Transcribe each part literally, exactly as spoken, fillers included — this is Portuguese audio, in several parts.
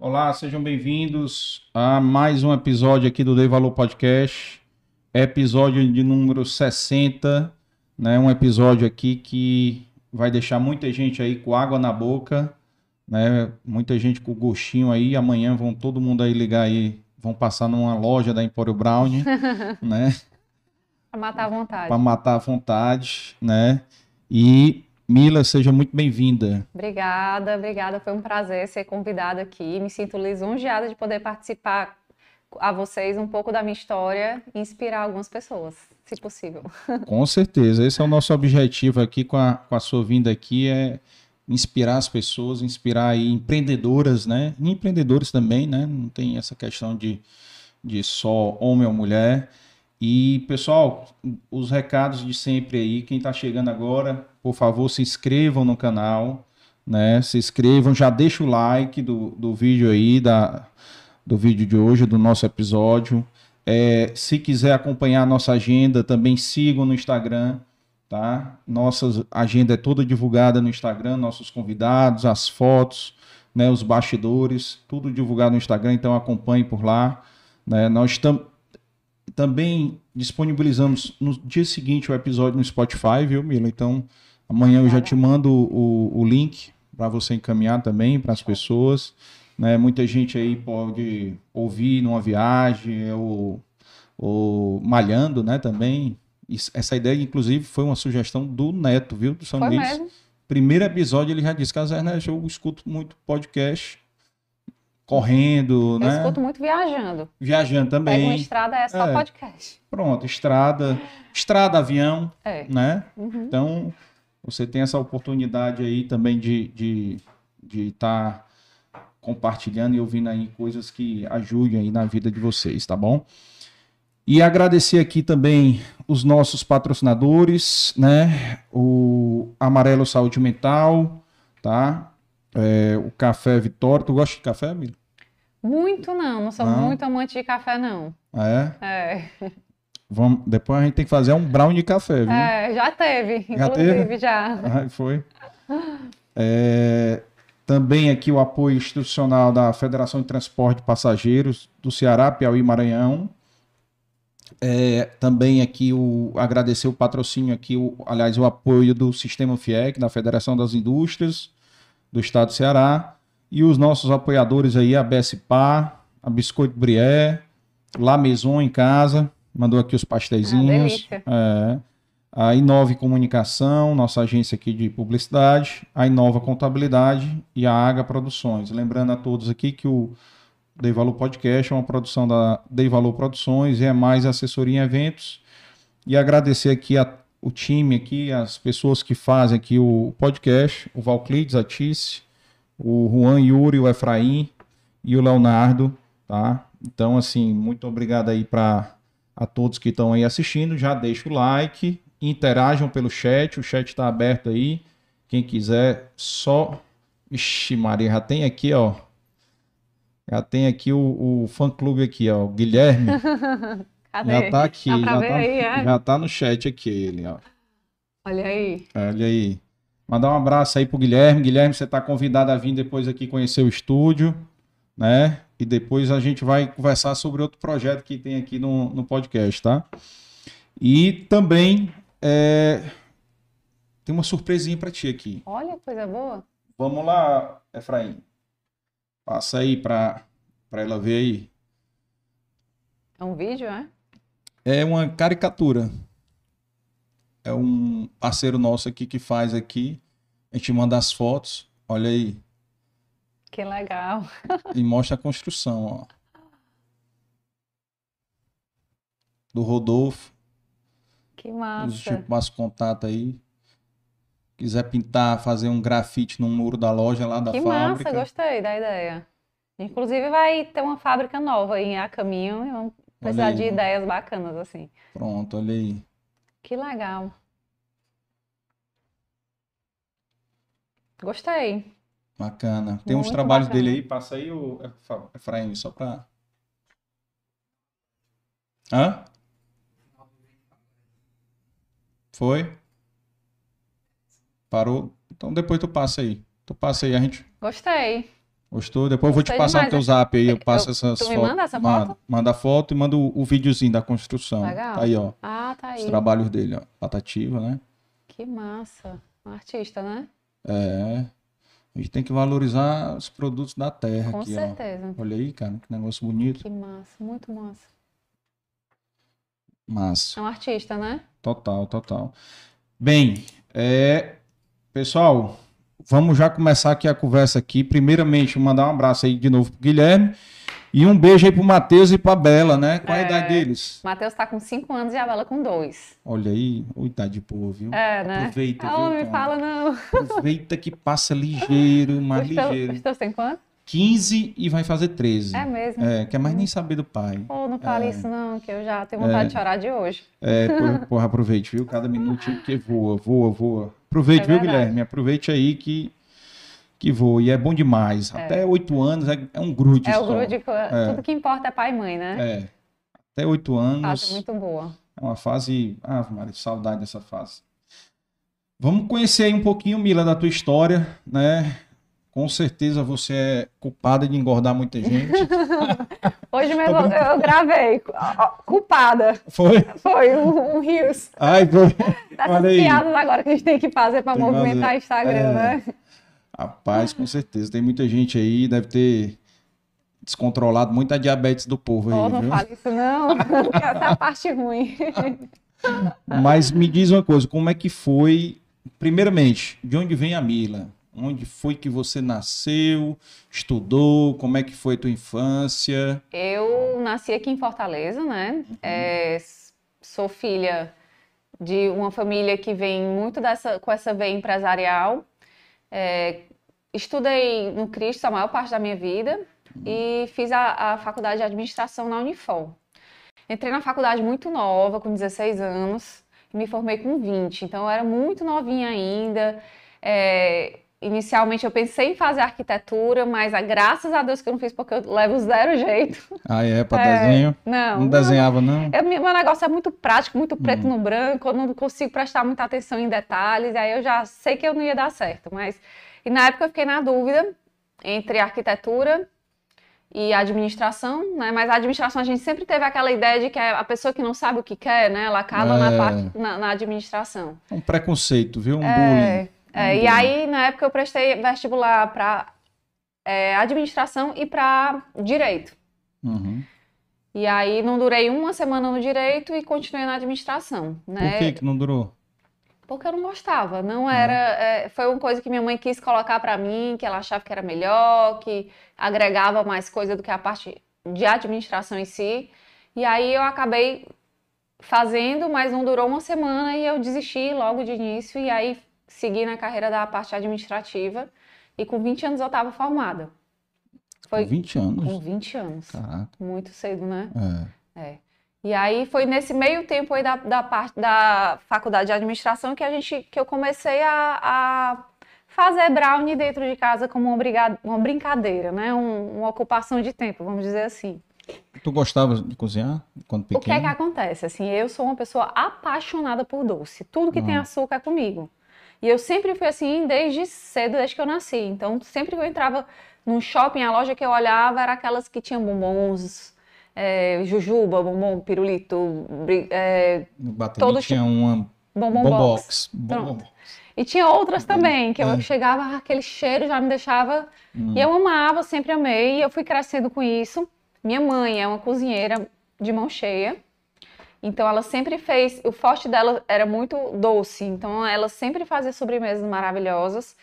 Olá, sejam bem-vindos a mais um episódio aqui do Dei Valor Podcast, episódio de número sessenta, né? Um episódio aqui que vai deixar muita gente aí com água na boca, né? Muita gente com gostinho aí, amanhã vão todo mundo aí ligar aí, vão passar numa loja da Empório Brownie, né? Para matar a vontade. Para matar a vontade, né? E Mila, seja muito bem-vinda. Obrigada, obrigada. Foi um prazer ser convidada aqui. Me sinto lisonjeada de poder participar a vocês um pouco da minha história e inspirar algumas pessoas, se possível. Com certeza, esse é o nosso objetivo aqui com a, com a sua vinda aqui, é inspirar as pessoas, inspirar aí empreendedoras, né? E empreendedores também, né? Não tem essa questão de, de só homem ou mulher. E, pessoal, os recados de sempre aí, quem está chegando agora, por favor, se inscrevam no canal, né? Se inscrevam, já deixa o like do, do vídeo aí, da, do vídeo de hoje, do nosso episódio. É, se quiser acompanhar a nossa agenda, também sigam no Instagram, tá? Nossa agenda é toda divulgada no Instagram, nossos convidados, as fotos, né? Os bastidores, tudo divulgado no Instagram, então acompanhe por lá, né? Nós estamos também disponibilizamos no dia seguinte o episódio no Spotify, viu, Mila? Então, amanhã eu já te mando o, o link para você encaminhar também para as pessoas. Né? Muita gente aí pode ouvir numa viagem ou, ou malhando, né, também. Isso, essa ideia, inclusive, foi uma sugestão do Neto, viu, do São Foi Luís. mesmo? Primeiro episódio ele já disse, Casernete, eu escuto muito podcast correndo, Eu né? escuto muito viajando. Viajando também. Pega uma estrada, é só É. podcast. Pronto, estrada, estrada, avião, É. né? Uhum. Então, você tem essa oportunidade aí também de estar de, de tá compartilhando e ouvindo aí coisas que ajudem aí na vida de vocês, tá bom? E agradecer aqui também os nossos patrocinadores, né? O Amarelo Saúde Mental, tá? É, o Café Vitória. Tu gosta de café, Mila? Muito não, não sou Não? muito amante de café, não. É? É. Vamos, depois a gente tem que fazer um brownie de café, viu? É, já teve, Já inclusive, teve? já. Ah, foi. É, também aqui o apoio institucional da Federação de Transporte de Passageiros do Ceará, Piauí e Maranhão. É, também aqui o agradecer o patrocínio aqui, o, aliás, o apoio do Sistema FIEC, da Federação das Indústrias do Estado do Ceará. E os nossos apoiadores aí, a B S P A, a Biscoito Brié, La Maison em casa, mandou aqui os pasteizinhos. Ah, é, a Inove Comunicação, nossa agência aqui de publicidade, a Inova Contabilidade e a Aga Produções. Lembrando a todos aqui que o Dei Valor Podcast é uma produção da Dei Valor Produções e é mais assessoria em eventos. E agradecer aqui a, o time aqui, as pessoas que fazem aqui o podcast, o Valclides, a Tice, o Juan, Yuri, o Efraim e o Leonardo, tá? Então, assim, muito obrigado aí para a todos que estão aí assistindo. Já deixa o like, interajam pelo chat, o chat está aberto aí. Quem quiser, só... Ixi, Maria, já tem aqui, ó. Já tem aqui o, o fã-clube aqui, ó. O Guilherme. Cadê? Já tá aqui, Dá pra já ver tá, aí, é? já tá no chat aqui, ele, ó. Olha aí. Olha aí. Mandar um abraço aí pro Guilherme. Guilherme, você tá convidado a vir depois aqui conhecer o estúdio, né? E depois a gente vai conversar sobre outro projeto que tem aqui no, no podcast, tá? E também é, tem uma surpresinha para ti aqui. Olha, coisa boa. Vamos lá, Efraim. Passa aí para para ela ver aí. É um vídeo, é? É uma caricatura. É um parceiro nosso aqui que faz aqui. A gente manda as fotos. Olha aí. Que legal. E mostra a construção, ó. Do Rodolfo. Que massa. Tipo, passa o contato aí. Quiser pintar, fazer um grafite no muro da loja lá da Que fábrica. massa, gostei da ideia. Inclusive vai ter uma fábrica nova aí a caminho e vamos precisar aí, de mano. ideias bacanas assim. Pronto, olha aí. Que legal. Gostei. Bacana. Tem uns Muito trabalhos bacana. dele aí. Passa aí, o Efraim, só pra... Hã? Foi? Parou? Então depois tu passa aí. Tu passa aí, a gente... Gostei. Gostou? Depois eu vou te Gostei passar no demais. teu zap aí, eu passo Eu- essas tu me fotos. manda essa Manda, foto? manda a foto e manda o, o videozinho da construção. Legal. Tá aí, ó. Ah, tá Os aí. trabalhos dele, ó. Patativa, né? Que massa. Um artista, né? É. A gente tem que valorizar os produtos da terra Com aqui, certeza. ó. Olha aí, cara, que negócio bonito. Que massa, muito massa. Massa. É um artista, né? Total, total. Bem, é... pessoal, vamos já começar aqui a conversa aqui. Primeiramente, vou mandar um abraço aí de novo pro Guilherme e um beijo aí pro Matheus e pra Bela, né? Qual a É. idade deles? Matheus tá com cinco anos e a Bela com dois. Olha aí, ô, idade boa, viu? É, né? Aproveita, Ah, viu, não me cara? fala, não. Aproveita que passa ligeiro, mais Os teus- ligeiro. Os teus têm quanto? quinze e vai fazer treze. É mesmo. É, quer mais nem saber do pai. Pô, não fale isso não, que eu já tenho vontade de chorar de hoje. É, porra, porra, aproveite, viu? Cada minutinho que voa, voa, voa. Aproveite, É viu, verdade. Guilherme? Aproveite aí que, que voa. E é bom demais. Até oito anos é, é um grude É o só. grude, tudo que importa é pai e mãe, né? É. Até oito anos Fase muito boa. é uma fase... Ah, Maria, saudade dessa fase. Vamos conhecer aí um pouquinho, Mila, da tua história, né? Com certeza você é culpada de engordar muita gente. Hoje mesmo eu, eu gravei, ó, ó, culpada. Foi? Foi um, um rios. Ai, foi. Dessas Olha aí. piadas agora que a gente tem que fazer para Tem que movimentar fazer. o Instagram, É. né? Rapaz, com certeza. Tem muita gente aí, deve ter descontrolado muita diabetes do povo aí, Oh, não viu? fale isso não, porque essa é a parte ruim. Mas me diz uma coisa, como é que foi, primeiramente, de onde vem a Mila? Onde foi que você nasceu, estudou, como é que foi a tua infância? Eu nasci aqui em Fortaleza, né? É, s- sou filha de uma família que vem muito dessa, com essa veia empresarial. É, estudei no Cristo a maior parte da minha vida e fiz a, a faculdade de administração na Unifor. Entrei na faculdade muito nova, com dezesseis anos, e me formei com vinte, então eu era muito novinha ainda. É, inicialmente eu pensei em fazer arquitetura, mas ah, graças a Deus que eu não fiz, porque eu levo zero jeito. Ah, é? Pra É, desenho? Não, Não desenhava, não? eu, meu negócio é muito prático, muito preto no branco, eu não consigo prestar muita atenção em detalhes, aí eu já sei que eu não ia dar certo, mas... E na época eu fiquei na dúvida entre arquitetura e administração, né? Mas a administração a gente sempre teve aquela ideia de que é a pessoa que não sabe o que quer, né? Ela acaba É. na parte, na, na administração. Um preconceito, viu? Um É, bullying. é, Um e bullying. aí, na época, eu prestei vestibular para administração e para direito. Uhum. E aí, não durei uma semana no direito e continuei na administração, né? Por que que não durou? Porque eu não gostava, não era, é, foi uma coisa que minha mãe quis colocar pra mim, que ela achava que era melhor, que agregava mais coisa do que a parte de administração em si. E aí eu acabei fazendo, mas não durou uma semana e eu desisti logo de início e aí segui na carreira da parte administrativa e com vinte anos eu estava formada. Foi Com vinte anos? com vinte anos, Caraca. muito cedo, né? É. É. E aí foi nesse meio tempo aí da, da parte da faculdade de administração que a gente que eu comecei a, a fazer brownie dentro de casa como uma, briga, uma brincadeira, né? Um, uma ocupação de tempo, vamos dizer assim. Tu gostava de cozinhar quando O que é que pequeno? acontece? Assim, eu sou uma pessoa apaixonada por doce. Tudo que tem Ah. açúcar é comigo. E eu sempre fui assim desde cedo, desde que eu nasci. Então, sempre que eu entrava num shopping, a loja que eu olhava era aquelas que tinham bombons, é, jujuba, bombom, pirulito, bri- é, No Bateria todo tinha uma bombom Bombox. box. Bombom Pronto. box. E tinha outras também, que eu É. chegava, ah, aquele cheiro já me deixava... Hum. E eu amava, sempre amei, e eu fui crescendo com isso. Minha mãe é uma cozinheira de mão cheia, então ela sempre fez... O forte dela era muito doce, então ela sempre fazia sobremesas maravilhosas.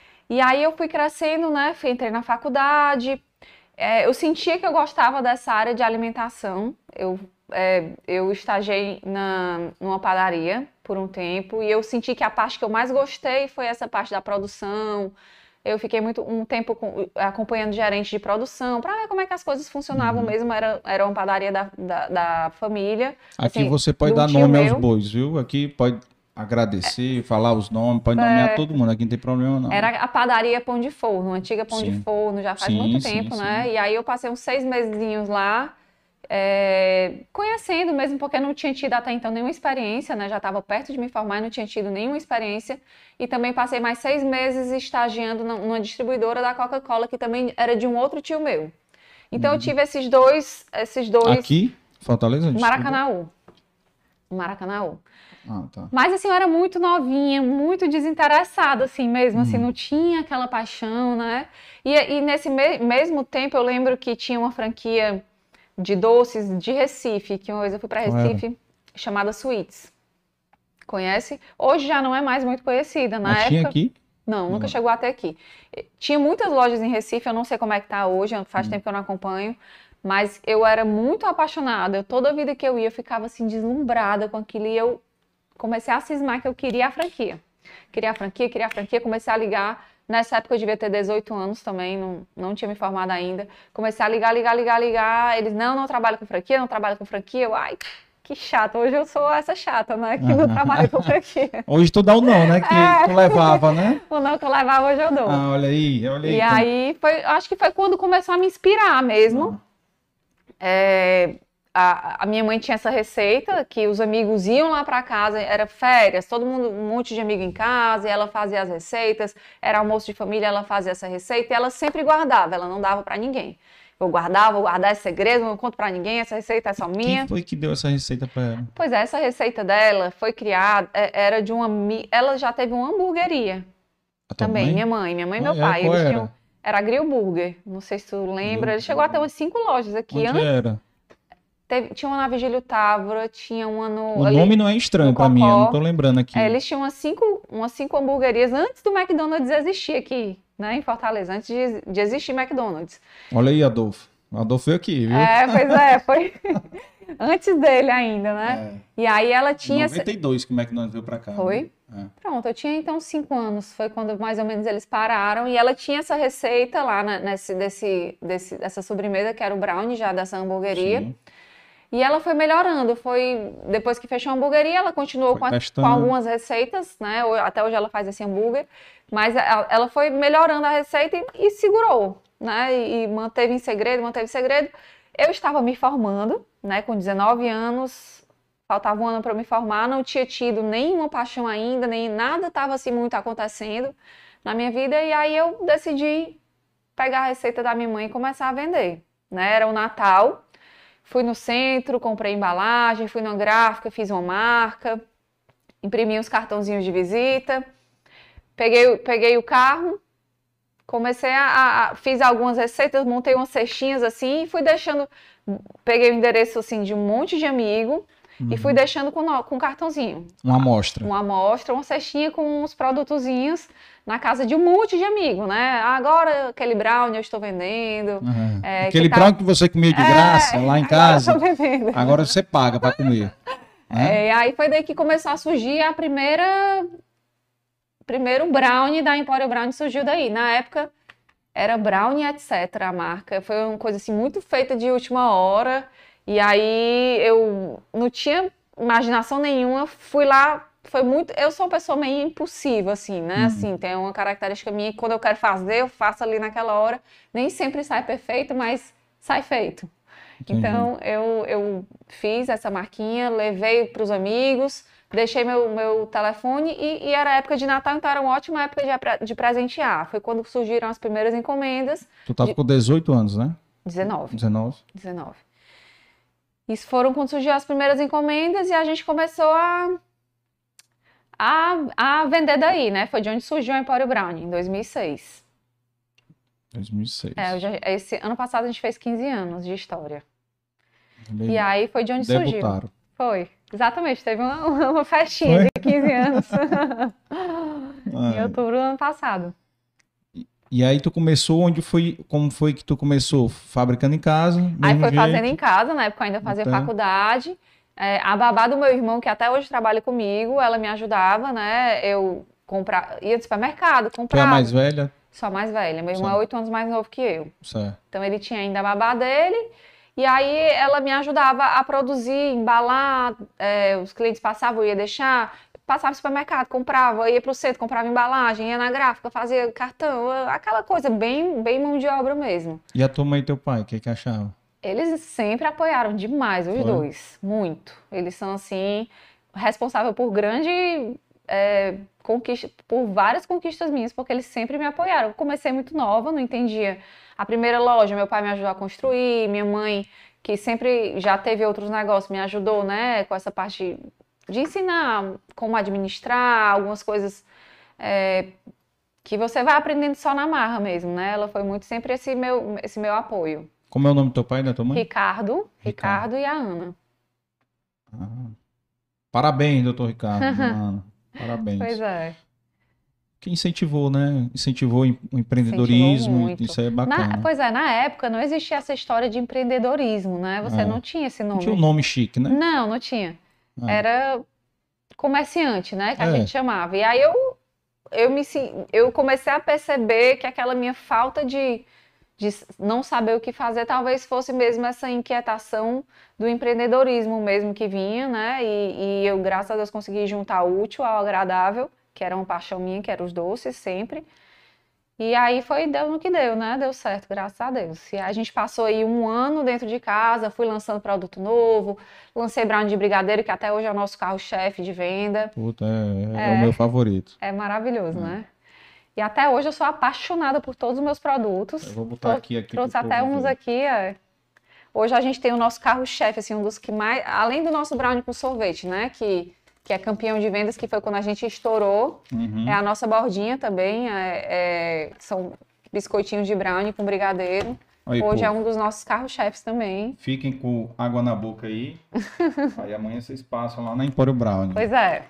E aí eu fui crescendo, né, fui, entrei na faculdade, é, eu sentia que eu gostava dessa área de alimentação. Eu, é, eu estagiei na, numa padaria por um tempo e eu senti que a parte que eu mais gostei foi essa parte da produção. Eu fiquei muito um tempo com- acompanhando gerente de produção para ver como é que as coisas funcionavam mesmo. Era, era uma padaria da, da, da família. Aqui assim, você pode de um dar tio nome aos meu. bois, viu? Aqui pode agradecer, falar os nomes, pode nomear todo mundo. Aqui não tem problema, não. Era a padaria Pão de Forno, a antiga Pão de Sim. Forno, já faz Sim, muito sim, tempo, sim. né? E aí eu passei uns seis mesinhos lá, É, conhecendo mesmo, porque eu não tinha tido até então nenhuma experiência, né? Já estava perto de me formar e não tinha tido nenhuma experiência. E também passei mais seis meses estagiando numa distribuidora da Coca-Cola, que também era de um outro tio meu. Então, uhum. eu tive esses dois... Esses dois Aqui? Fortaleza? Maracanaú. Maracanaú. Ah, tá. Mas, assim, eu era muito novinha, muito desinteressada, assim mesmo, hum. assim, não tinha aquela paixão, né? E, e nesse me mesmo tempo, eu lembro que tinha uma franquia de doces de Recife, que uma vez eu fui para Recife, era? chamada Sweets. Conhece? Hoje já não é mais muito conhecida. Na Mas época... tinha aqui? Não, nunca não. chegou até aqui. Tinha muitas lojas em Recife, eu não sei como é que tá hoje, faz hum. tempo que eu não acompanho, mas eu era muito apaixonada. Eu, toda a vida que eu ia, eu ficava assim, deslumbrada com aquilo, e eu comecei a cismar que eu queria a franquia. Queria a franquia, queria a franquia, comecei a ligar. Nessa época eu devia ter dezoito anos também, não, não tinha me formado ainda. Comecei a ligar, ligar, ligar, ligar. Eles, não, não trabalho com franquia, não trabalho com franquia. Eu, ai, que chato. Hoje eu sou essa chata, né? Que não trabalha com franquia. Hoje tu dá o não, né? Que é. tu levava, né? O não que eu levava, hoje eu dou. Ah, olha aí, olha aí. E como... aí, foi, acho que foi quando começou a me inspirar mesmo. Ah. É... A, a minha mãe tinha essa receita, que os amigos iam lá para casa, era férias, todo mundo, um monte de amigo em casa, e ela fazia as receitas, era almoço de família, ela fazia essa receita, e ela sempre guardava, ela não dava para ninguém. Eu guardava, vou guardar esse segredo, não conto para ninguém, essa receita é só minha. Quem foi que deu essa receita para ela? Pois é, essa receita dela foi criada, era de uma... Ela já teve uma hamburgueria também, mãe? minha mãe, minha mãe e meu ah, pai. É, eles era? Tinham, era Grill Burger, não sei se tu lembra, ele chegou a ter umas cinco lojas aqui. Onde era? Teve, tinha uma na Vigílio Távora, tinha uma no... O ali, nome não é estranho pra mim, eu não tô lembrando aqui. É, eles tinham umas cinco, umas cinco hamburguerias antes do McDonald's existir aqui, né, em Fortaleza, antes de, de existir McDonald's. Olha aí, Adolfo. Adolfo veio aqui, viu? É, pois é, foi antes dele ainda, né? É. E aí ela tinha... Em noventa e dois que o McDonald's veio pra cá. Foi? Né? É. Pronto, eu tinha então cinco anos, foi quando mais ou menos eles pararam, e ela tinha essa receita lá na, nesse, desse, desse, dessa sobremesa, que era o brownie já dessa hamburgueria. Sim. E ela foi melhorando, foi depois que fechou a hamburgueria, ela continuou com, a, com algumas receitas, né? Até hoje ela faz esse hambúrguer, mas ela, ela foi melhorando a receita e, e segurou, né? E, e manteve em segredo, manteve em segredo. Eu estava me formando, né? Com dezenove anos, faltava um ano para me formar, não tinha tido nenhuma paixão ainda, nem nada estava assim muito acontecendo na minha vida, e aí eu decidi pegar a receita da minha mãe e começar a vender, né? Era o Natal. Fui no centro, comprei embalagem, fui na gráfica, fiz uma marca, imprimi uns cartãozinhos de visita, peguei, peguei o carro, comecei a, a... fiz algumas receitas, montei umas cestinhas assim e fui deixando... Peguei o endereço assim de um monte de amigo uhum. e fui deixando com, com um cartãozinho. Uma amostra. Uma amostra, uma cestinha com uns produtozinhos na casa de um monte de amigo, né? Agora aquele brownie eu estou vendendo. Uhum. É, aquele que tá... brownie que você comia de graça é, lá em casa. Agora, vendendo. Agora você paga para comer. Né? É, aí foi daí que começou a surgir a primeira... Primeiro brownie da Empório Brownie surgiu daí. Na época era Brownie etc. a marca. Foi uma coisa assim muito feita de última hora. E aí eu não tinha imaginação nenhuma. Fui lá... Foi muito... Eu sou uma pessoa meio impulsiva, assim, né? Uhum. Assim, tem uma característica minha que quando eu quero fazer, eu faço ali naquela hora. Nem sempre sai perfeito, mas sai feito. Entendi. Então, eu, eu fiz essa marquinha, levei para os amigos, deixei meu, meu telefone e, e era época de Natal, então era uma ótima época de, de presentear. Foi quando surgiram as primeiras encomendas. Tu tava de... com dezoito anos, né? dezenove. dezenove. dezenove. Isso foram quando surgiram as primeiras encomendas e a gente começou a... A, a vender daí, né? Foi de onde surgiu o Empório Brownie, em dois mil e seis. dois mil e seis. É, já, esse ano passado a gente fez quinze anos de história. Ele... E aí foi de onde Debutaram. surgiu. Foi, exatamente. Teve uma, uma festinha foi? de quinze anos. Em outubro do ano passado. E, e aí tu começou, onde foi, como foi que tu começou? Fabricando em casa? Aí foi jeito. fazendo em casa, na época eu ainda fazia então... faculdade. É, a babá do meu irmão, que até hoje trabalha comigo, ela me ajudava, né? Eu comprava, ia no supermercado, comprava. Tu é a mais velha? Sou a mais velha. Meu irmão certo. é oito anos mais novo que eu. Certo. Então ele tinha ainda a babá dele. E aí ela me ajudava a produzir, embalar. É, os clientes passavam, eu ia deixar. Passava no supermercado, comprava, ia pro centro, comprava embalagem, ia na gráfica, fazia cartão. Aquela coisa bem, bem mão de obra mesmo. E a tua mãe e teu pai, o que que achavam? Eles sempre apoiaram demais, os Foi? dois, muito. Eles são, assim, responsáveis por grande é, conquista, por várias conquistas minhas, porque eles sempre me apoiaram. Eu comecei muito nova, não entendia. A primeira loja, meu pai me ajudou a construir, minha mãe, que sempre já teve outros negócios, me ajudou, né, com essa parte de ensinar como administrar, algumas coisas é, que você vai aprendendo só na marra mesmo, né? Ela foi muito sempre esse meu, esse meu apoio. Como é o nome do teu pai e da tua mãe? Ricardo, Ricardo. Ricardo e a Ana. Ah. Parabéns, doutor Ricardo. Ana. Parabéns. Pois é. Que incentivou, né? Incentivou o Incentivou empreendedorismo, muito. isso aí é Na, bacana. pois é, na época não existia essa história de empreendedorismo, né? Você É. não tinha esse Não nome. tinha um nome chique, né? Não, não tinha. É. Era comerciante, né? Que a É. gente chamava. E aí eu, eu, me, sen- eu comecei a perceber que aquela minha falta de, de não saber o que fazer talvez fosse mesmo essa inquietação do empreendedorismo mesmo que vinha, né? E, e eu, graças a Deus, consegui juntar o útil ao agradável, que era uma paixão minha, que eram os doces sempre. E aí foi, deu no que deu, né? Deu certo, graças a Deus. E aí a gente passou aí um ano dentro de casa, fui lançando produto novo, lancei brownie de brigadeiro, que até hoje é o nosso carro-chefe de venda. Puta, é, é o meu favorito. É maravilhoso, né? E até hoje eu sou apaixonada por todos os meus produtos. Eu vou botar Trou- aqui, aqui Trouxe pro até povo uns ver. aqui, é. Hoje a gente tem o nosso carro-chefe, assim, um dos que mais... Além do nosso brownie com sorvete, né? Que, que é campeão de vendas, que foi quando a gente estourou. Uhum. É a nossa bordinha também, é, é- são biscoitinhos de brownie com brigadeiro. Aí, Hoje é povo, um dos nossos carro-chefes também. fiquem com água na boca aí. Aí amanhã vocês passam lá na Empório Brownie. Pois é.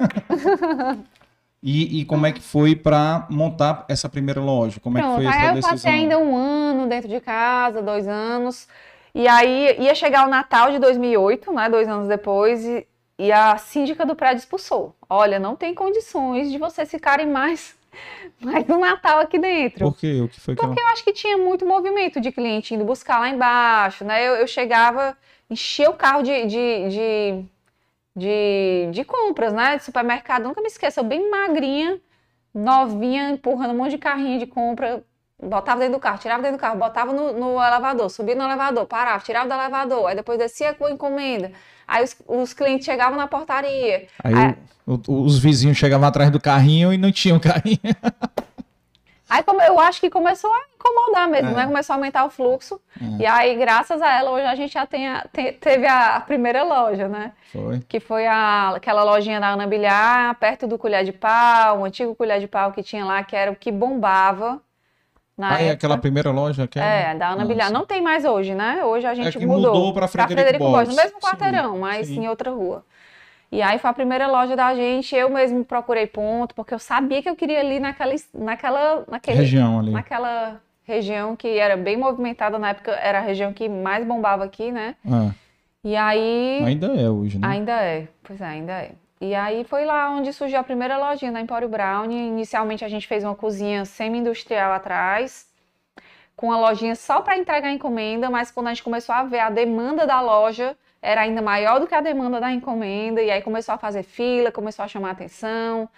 E, e como é que foi para montar essa primeira loja? Como é que Pronto, foi aí essa eu decisão? passei ainda um ano dentro de casa, dois anos. E aí ia chegar o Natal de dois mil e oito, né? Dois anos depois, e, e a síndica do prédio expulsou. Olha, não tem condições de vocês ficarem mais, mais no Natal aqui dentro. Por quê? O que foi que ela... Porque eu acho que tinha muito movimento de cliente indo buscar lá embaixo, né? Eu, eu chegava, enchia o carro de, de, de, de, de compras, né? De supermercado. Nunca me esqueça, eu bem magrinha, novinha, empurrando um monte de carrinho de compra. Botava dentro do carro, tirava dentro do carro, botava no, no elevador, subia no elevador, parava, tirava do elevador, aí depois descia com a encomenda. Aí os, os clientes chegavam na portaria. Aí Aí, o- o- os vizinhos chegavam atrás do carrinho e não tinham carrinho. aí como, eu acho que começou a incomodar mesmo, É. né? Começou a aumentar o fluxo. É. E aí, graças a ela, hoje a gente já tem a- te- teve a primeira loja, né? Foi. Que foi a, aquela lojinha da Ana Bilhar, perto do Colher de Pau, o antigo Colher de Pau que tinha lá, que era o que bombava na Ah, é época. aquela primeira loja? Que É, da Ana Ah, Bilhar. sim. Não tem mais hoje, né? Hoje a gente que mudou. mudou pra Frederico Borges. No mesmo Sim, quarteirão, mas sim. em outra rua. E aí foi a primeira loja da gente, eu mesmo procurei ponto, porque eu sabia que eu queria ali naquela, naquela, naquele, Região ali. naquela região que era bem movimentada, na época era a região que mais bombava aqui, né? Ah, E aí... ainda é hoje, né? Ainda é, pois é, ainda é. E aí foi lá onde surgiu a primeira lojinha da Empório Brownie. Inicialmente a gente fez uma cozinha semi-industrial atrás, com uma lojinha só para entregar encomenda, mas quando a gente começou a ver a demanda da loja, era ainda maior do que a demanda da encomenda, e aí começou a fazer fila, começou a chamar atenção,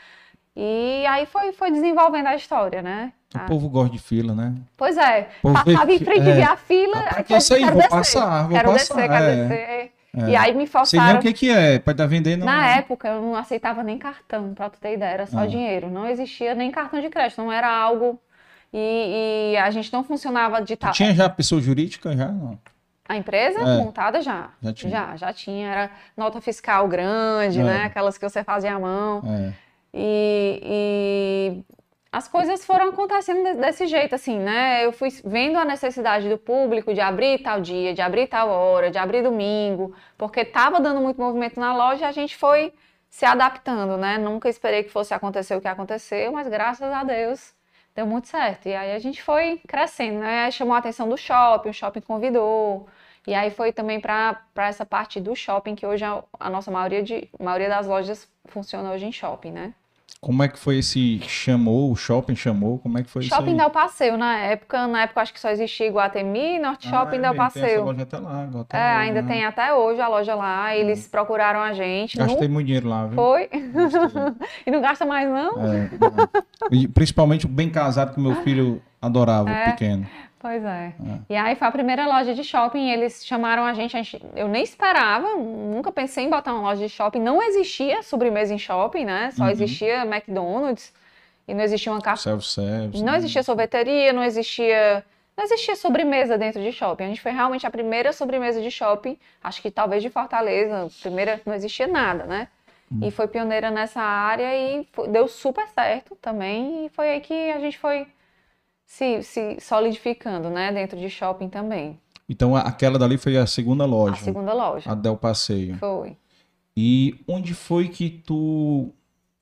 e aí foi, foi desenvolvendo a história, né? O Ah, povo gosta de fila, né? pois é, povo passava vê em fi- frente, é. via a fila, Ah, pra aí que isso aí? quero Vou descer, passar, vou quero passar, descer, quero é. descer. E aí me Sei nem forçaram... o que que é, pode estar vendendo. Na época, eu não aceitava nem cartão, pra tu ter ideia, era só Ah. dinheiro. Não existia nem cartão de crédito, não era algo... E, e a gente não funcionava de tal... Tinha já pessoa jurídica? Já não. A empresa É. montada já. Já tinha. Já, já tinha. Era nota fiscal grande, É. né? Aquelas que você fazia à mão. É. E, e as coisas foram acontecendo de- desse jeito, assim, né? Eu fui vendo a necessidade do público de abrir tal dia, de abrir tal hora, de abrir domingo, porque estava dando muito movimento na loja e a gente foi se adaptando, né? Nunca esperei que fosse acontecer o que aconteceu, mas graças a Deus deu muito certo. E aí a gente foi crescendo, né? Aí chamou a atenção do shopping, o shopping convidou. E aí foi também para para essa parte do shopping, que hoje a, a nossa maioria, de, maioria das lojas funciona hoje em shopping, né? Como é que foi esse chamou, o shopping chamou? Como é que foi Shopping isso aí? Del Passeio, na época, na época acho que só existia Iguatemi, Norte Shopping ah, Del é, mesmo, tem essa Passeio. loja até lá, agora tá É, lá, ainda né? tem até hoje a loja lá, eles procuraram a gente. Gastei Não muito dinheiro lá, viu? foi. Gastei. E não gasta mais, não? É, não. E principalmente o bem casado que meu filho adorava É. o pequeno. Pois é. É. E aí foi a primeira loja de shopping, eles chamaram a gente, a gente, eu nem esperava, nunca pensei em botar uma loja de shopping, não existia sobremesa em shopping, né? Só Uhum. existia McDonald's e não existia uma café, Self-service. não né? existia sorveteria, não existia, não existia sobremesa dentro de shopping. A gente foi realmente a primeira sobremesa de shopping, acho que talvez de Fortaleza, primeira, não existia nada, né? E foi pioneira nessa área e foi- deu super certo também, e foi aí que a gente foi se, se solidificando, né, dentro de shopping também. Então a- aquela dali foi a segunda A loja, segunda loja. a Del Passeio. Foi. E onde foi que tu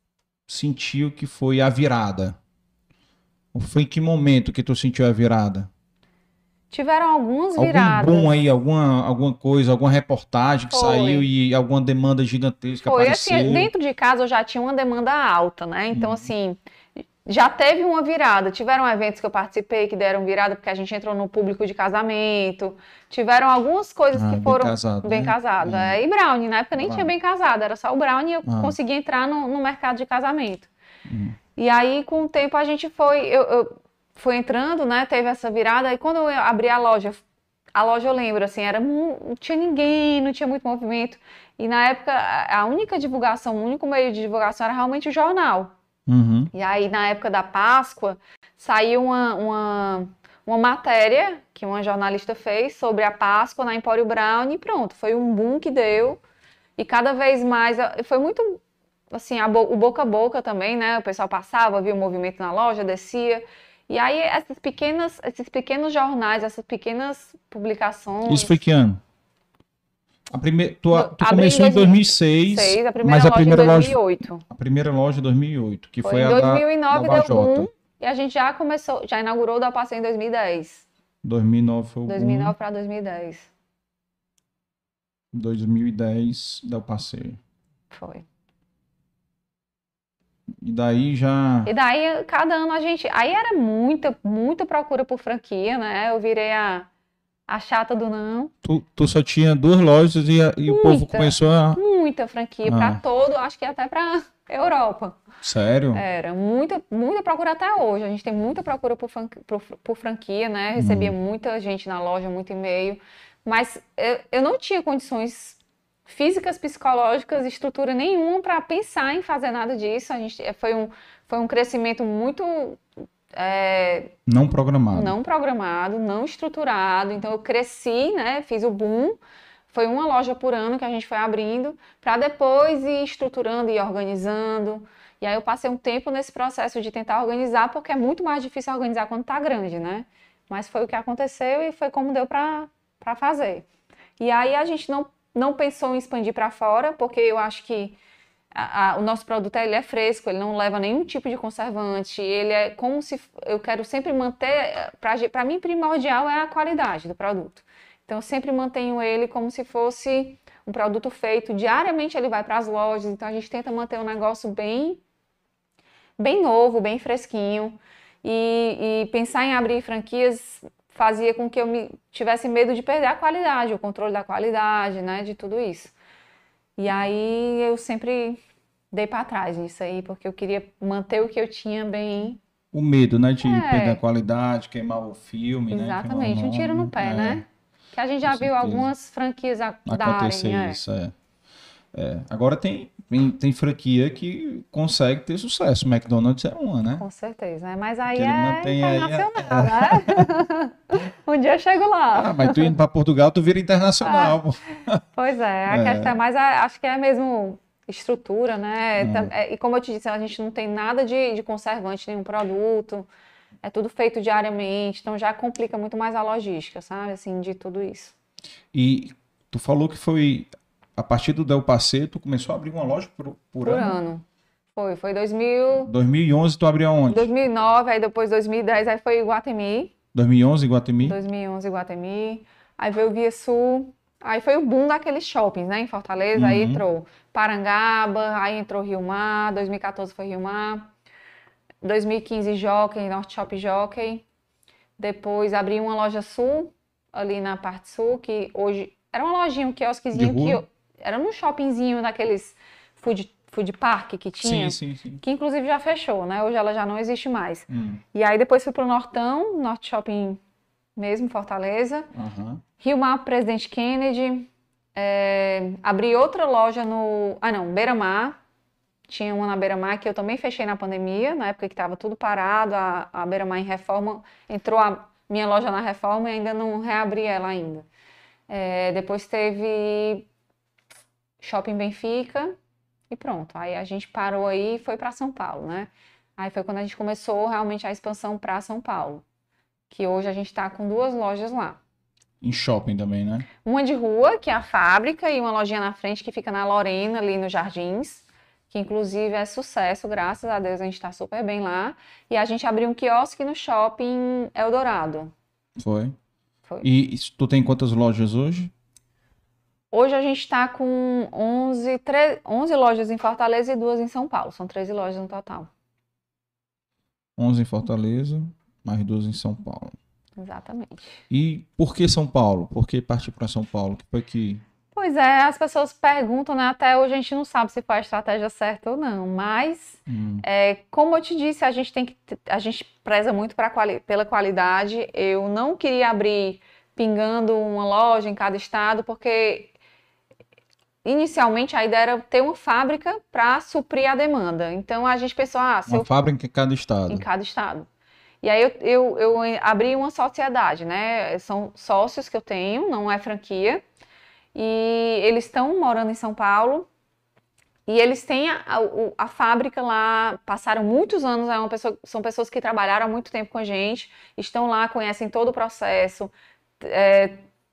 sentiu que foi a virada? Foi em que momento que tu sentiu a virada? Tiveram algumas Algum viradas. boom aí, alguma, alguma coisa, alguma reportagem que Foi. saiu e alguma demanda gigantesca Foi apareceu? assim, dentro de casa eu já tinha uma demanda alta, né? Então, assim, já teve uma virada. Tiveram eventos que eu participei que deram virada porque a gente entrou no público de casamento. Tiveram algumas coisas Ah, que bem foram casado, bem né? casado. É. É. E brownie, na época nem Brownie. tinha bem casado, era só o brownie e eu Ah. consegui entrar no, no mercado de casamento. Hum. E aí, com o tempo, a gente foi, eu, eu fui entrando, né? Teve essa virada. E quando eu abri a loja, a loja eu lembro, assim, era, mu- não tinha ninguém, não tinha muito movimento. E na época, a a única divulgação, o único meio de divulgação era realmente o jornal. Uhum. E aí, na época da Páscoa, saiu uma, uma, uma matéria que uma jornalista fez sobre a Páscoa na Empório Brownie e pronto, foi um boom que deu. E cada vez mais, foi muito, assim, a bo- o boca a boca também, né? O pessoal passava, via o movimento na loja, descia. E aí, essas pequenas, esses pequenos jornais, essas pequenas publicações... Isso foi que ano? A primeira, tu, No- tu abri começou em em dois mil e seis, seis, a primeira mas a loja primeira em loja, dois mil e oito. a primeira loja em dois mil e oito, que foi, Foi em a da, dois mil e nove da deu Vajota. boom e a gente já começou, já inaugurou o Del Passeio em dois mil e dez. dois mil e nove foi o dois mil e nove boom, para dois mil e dez. dois mil e dez Del Passeio. Foi. E daí já... E daí, cada ano a gente... Aí era muita, muita procura por franquia, né? Eu virei a, a chata do não. Tu, tu só tinha duas lojas e, a- e o povo Muita. começou a... Muita franquia Ah. para todo, acho que até para Europa. Sério? Era muita, muita procura até hoje. A gente tem muita procura por, fran- por, por franquia, né? Recebia muita gente na loja, muito e-mail. Mas eu, eu não tinha condições físicas, psicológicas, estrutura nenhuma para pensar em fazer nada disso. A gente, foi, um, foi um crescimento muito é, Não programado. não programado, não estruturado. Então eu cresci, né? Fiz o boom. Foi uma loja por ano que a gente foi abrindo para depois ir estruturando e organizando. E aí eu passei um tempo nesse processo de tentar organizar, porque é muito mais difícil organizar quando tá grande, né? Mas foi o que aconteceu e foi como deu para para fazer. E aí a gente não, não pensou em expandir para fora, porque eu acho que a- a- o nosso produto ele é fresco, ele não leva nenhum tipo de conservante, ele é como se... Eu quero sempre manter... Para mim, primordial é a qualidade do produto. Então, eu sempre mantenho ele como se fosse um produto feito. Diariamente ele vai para as lojas, então a gente tenta manter um negócio bem, bem novo, bem fresquinho. E, e pensar em abrir franquias fazia com que eu me, tivesse medo de perder a qualidade, o controle da qualidade, né, de tudo isso. E aí eu sempre dei para trás nisso aí, porque eu queria manter o que eu tinha bem... O medo, né? De É. perder a qualidade, queimar o filme, né? Exatamente, queimar o um tiro no nome. pé, É, né? Que a gente já com viu certeza. algumas franquias a- Acontecer darem, é. isso, é. É. Agora tem, tem, tem franquia que consegue ter sucesso. O McDonald's é uma, né? Com certeza, né? Mas aí Que ele é mantém aí a- internacional, né? Um dia eu chego lá. Ah, mas tu indo pra Portugal, tu vira internacional, pô. Pois é, a É. questão é mais, a- acho que é mesmo estrutura, né? Hum. Tam- é, E como eu te disse, a gente não tem nada de, de conservante, nenhum produto. É tudo feito diariamente, então já complica muito mais a logística, sabe? Assim, de tudo isso. E tu falou que foi a partir do Del Passeio, tu começou a abrir uma loja por, por, Por ano. ano. Foi, foi dois mil, dois mil e onze tu abriu aonde? dois mil e nove, aí depois dois mil e dez, aí foi Iguatemi. dois mil e onze, Iguatemi? dois mil e onze, Iguatemi. Aí veio o Via Sul. Aí foi o boom daqueles shoppings, né? Em Fortaleza. Aí Uhum. entrou Parangaba, aí entrou Rio Mar. dois mil e quatorze foi Rio Mar. dois mil e quinze Jockey, Norte Shop Jockey. Depois abri uma loja sul, ali na parte sul, que hoje era uma lojinha, um quiosquezinho De rua? que eu- era num shoppingzinho daqueles food, food park que tinha, sim, sim, sim. que inclusive já fechou, né? Hoje ela já não existe mais. Hum. E aí depois fui pro Nortão, Norte Shopping mesmo, Fortaleza. Uhum. Rio Mar, Presidente Kennedy. É, abri outra loja no... Ah, não, Beira-Mar. Tinha uma na Beira-Mar que eu também fechei na pandemia, na época que estava tudo parado, a, a Beira-Mar em reforma. Entrou a minha loja na reforma e ainda não reabri ela ainda. É, depois teve Shopping Benfica e pronto. Aí a gente parou aí e foi para São Paulo, né? Aí foi quando a gente começou realmente a expansão para São Paulo. Que hoje a gente está com duas lojas lá. Em shopping também, né? Uma de rua, que é a fábrica, e uma lojinha na frente que fica na Lorena, ali nos Jardins, que inclusive é sucesso, graças a Deus a gente está super bem lá. E a gente abriu um quiosque no shopping Eldorado. Foi. Foi. E tu tem quantas lojas hoje? Hoje a gente está com onze, tre... onze lojas em Fortaleza e duas em São Paulo. São treze lojas no total. onze em Fortaleza, mais duas em São Paulo. Exatamente. E por que São Paulo? Por que partir para São Paulo? Que foi que... Pois é, as pessoas perguntam, né? Até hoje a gente não sabe se foi a estratégia certa ou não. Mas, Hum. é, como eu te disse, a gente tem que, a gente preza muito pra quali- pela qualidade. Eu não queria abrir pingando uma loja em cada estado, porque inicialmente a ideia era ter uma fábrica para suprir a demanda. Então a gente pensou, ah, se Uma eu fábrica em cada estado. em cada estado. E aí eu, eu, eu abri uma sociedade, né? São sócios que eu tenho, não é franquia. E eles estão morando em São Paulo. E eles têm a, a, a fábrica lá, passaram muitos anos, é uma pessoa, são pessoas que trabalharam há muito tempo com a gente, estão lá, conhecem todo o processo. É,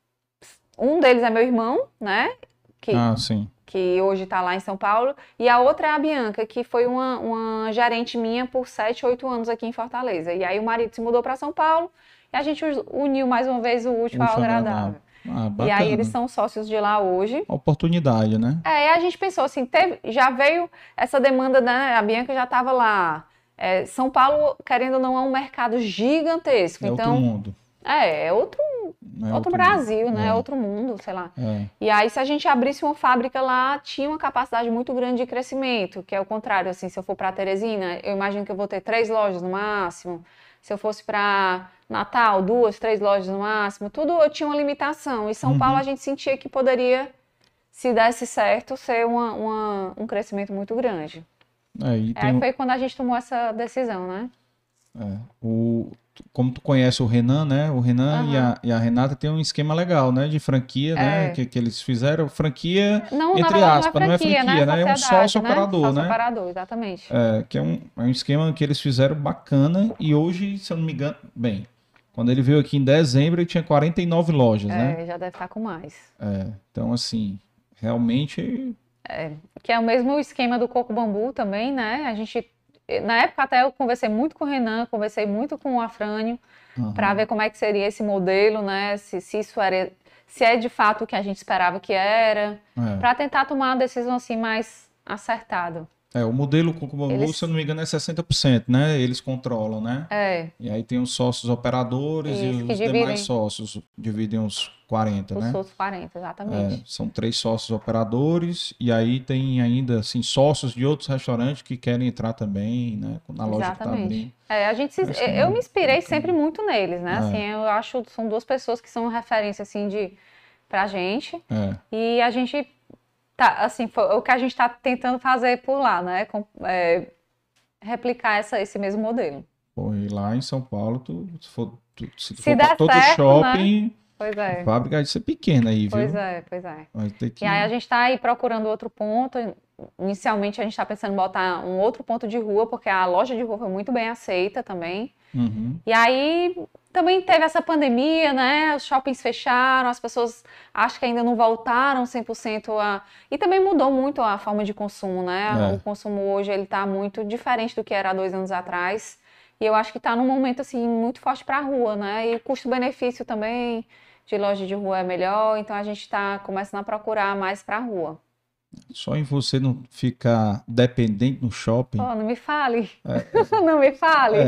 um deles é meu irmão, né? Que, Ah, sim. que hoje está lá em São Paulo, e a outra é a Bianca, que foi uma, uma gerente minha por sete, oito anos aqui em Fortaleza. E aí o marido se mudou para São Paulo, e a gente uniu mais uma vez o útil ao agradável. Ah, E aí eles são sócios de lá hoje. Oportunidade, né? É, a gente pensou assim, teve, já veio essa demanda, né? A Bianca já estava lá. É, São Paulo, querendo ou não, é um mercado gigantesco. É então, outro mundo. É, é outro, É outro, outro Brasil, mundo. né? É. Outro mundo, sei lá. É. E aí, se a gente abrisse uma fábrica lá, tinha uma capacidade muito grande de crescimento, que é o contrário, assim, se eu for para Teresina, eu imagino que eu vou ter três lojas no máximo. Se eu fosse para Natal, duas, três lojas no máximo, tudo eu tinha uma limitação. E São Uhum. Paulo a gente sentia que poderia, se desse certo, ser uma, uma, um crescimento muito grande. É, e tem Aí um- foi quando a gente tomou essa decisão, né? é, o, como tu conhece o Renan, né? O Renan e, a, e a Renata tem um esquema legal, né? De franquia, né? É. Que, que eles fizeram. Franquia, Não, na entre verdade, aspas, não é franquia, né? É um Sociedade, sócio né? operador, Sócio né? operador, exatamente. É, que é um, é um esquema que eles fizeram bacana. E hoje, se eu não me engano, bem, quando ele veio aqui em dezembro, ele tinha quarenta e nove lojas, né? É, já deve estar com mais. É, então, assim, realmente. Que é o mesmo esquema do Coco Bambu também, né? A gente, na época até eu conversei muito com o Renan, conversei muito com o Afrânio, aham. para ver como é que seria esse modelo, né? Se, se isso era, se é de fato o que a gente esperava que era, É. para tentar tomar uma decisão assim mais acertada. É, o modelo Coco Bambu, Eles- se eu não me engano, é sessenta por cento, né? Eles controlam, né? É, E aí tem os sócios operadores Isso, e que os dividem. demais sócios dividem os quarenta, os né? outros quarenta, É, exatamente. são três sócios operadores e aí tem ainda assim sócios de outros restaurantes que querem entrar também, né? Na loja que tá abrindo. Exatamente. É, a gente se- Acho que eu não- me inspirei não- sempre muito neles, né? É. Assim, eu acho que são duas pessoas que são referência assim de pra gente. É, E a gente tá, assim, foi o que a gente está tentando fazer por lá, né? Com- é, replicar essa, esse mesmo modelo. pô, e lá em São Paulo, tu, se for, tu, se tu Se for pra der todo certo, shopping, Pois a é. fábrica vai ser pequena aí, viu? Pois é, pois é. Vai ter que... E aí a gente está aí procurando outro ponto. Inicialmente a gente está pensando em botar um outro ponto de rua, porque a loja de rua foi muito bem aceita também. Uhum. E aí também teve essa pandemia, né? Os shoppings fecharam, as pessoas acho que ainda não voltaram cem por cento a... E também mudou muito a forma de consumo, né? É. O consumo hoje ele tá muito diferente do que era há dois anos atrás. E eu acho que está num momento assim muito forte para a rua, né? E o custo-benefício também de loja de rua é melhor, então a gente está começando a procurar mais para a rua. Só em você não ficar dependente no shopping. Oh, não me fale. Não me fale.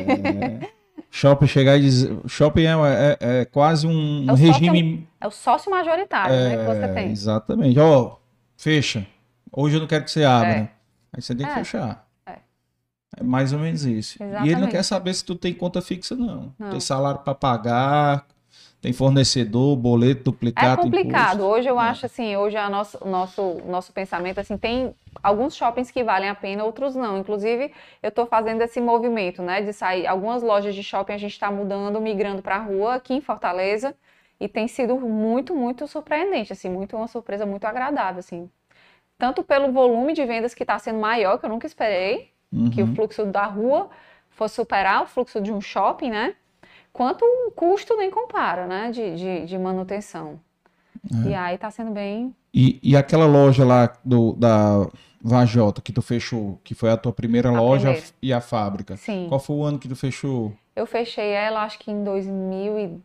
É, shopping chegar e dizer. Shopping é, é- é quase um É o regime. É o sócio majoritário, né, que você É, tem. exatamente. Ó, fecha. Hoje eu não quero que você abra. É. Aí você tem que É. fechar. É. É mais ou menos isso. E ele não Exatamente. quer saber se tu tem conta fixa, não. Não. Tem salário para pagar, tem fornecedor, boleto, É duplicado, complicado. imposto. Hoje eu É. acho assim, hoje a nosso, o nosso, nosso pensamento, assim, tem alguns shoppings que valem a pena, outros não. Inclusive, eu estou fazendo esse movimento, né, de sair. Algumas lojas de shopping a gente está mudando, migrando para a rua aqui em Fortaleza, e tem sido muito, muito surpreendente, assim, muito uma surpresa muito agradável, assim. Tanto pelo volume de vendas que está sendo maior, que eu nunca esperei, que o Uhum. fluxo da rua fosse superar o fluxo de um shopping, né? Quanto o custo nem compara, né, de, de, de manutenção. É. E aí tá sendo bem... E, e aquela loja lá do, da Vajota que tu fechou, que foi a tua primeira A loja primeira. e a fábrica. Sim. Qual foi o ano que tu fechou? Eu fechei ela, acho que em dois mil e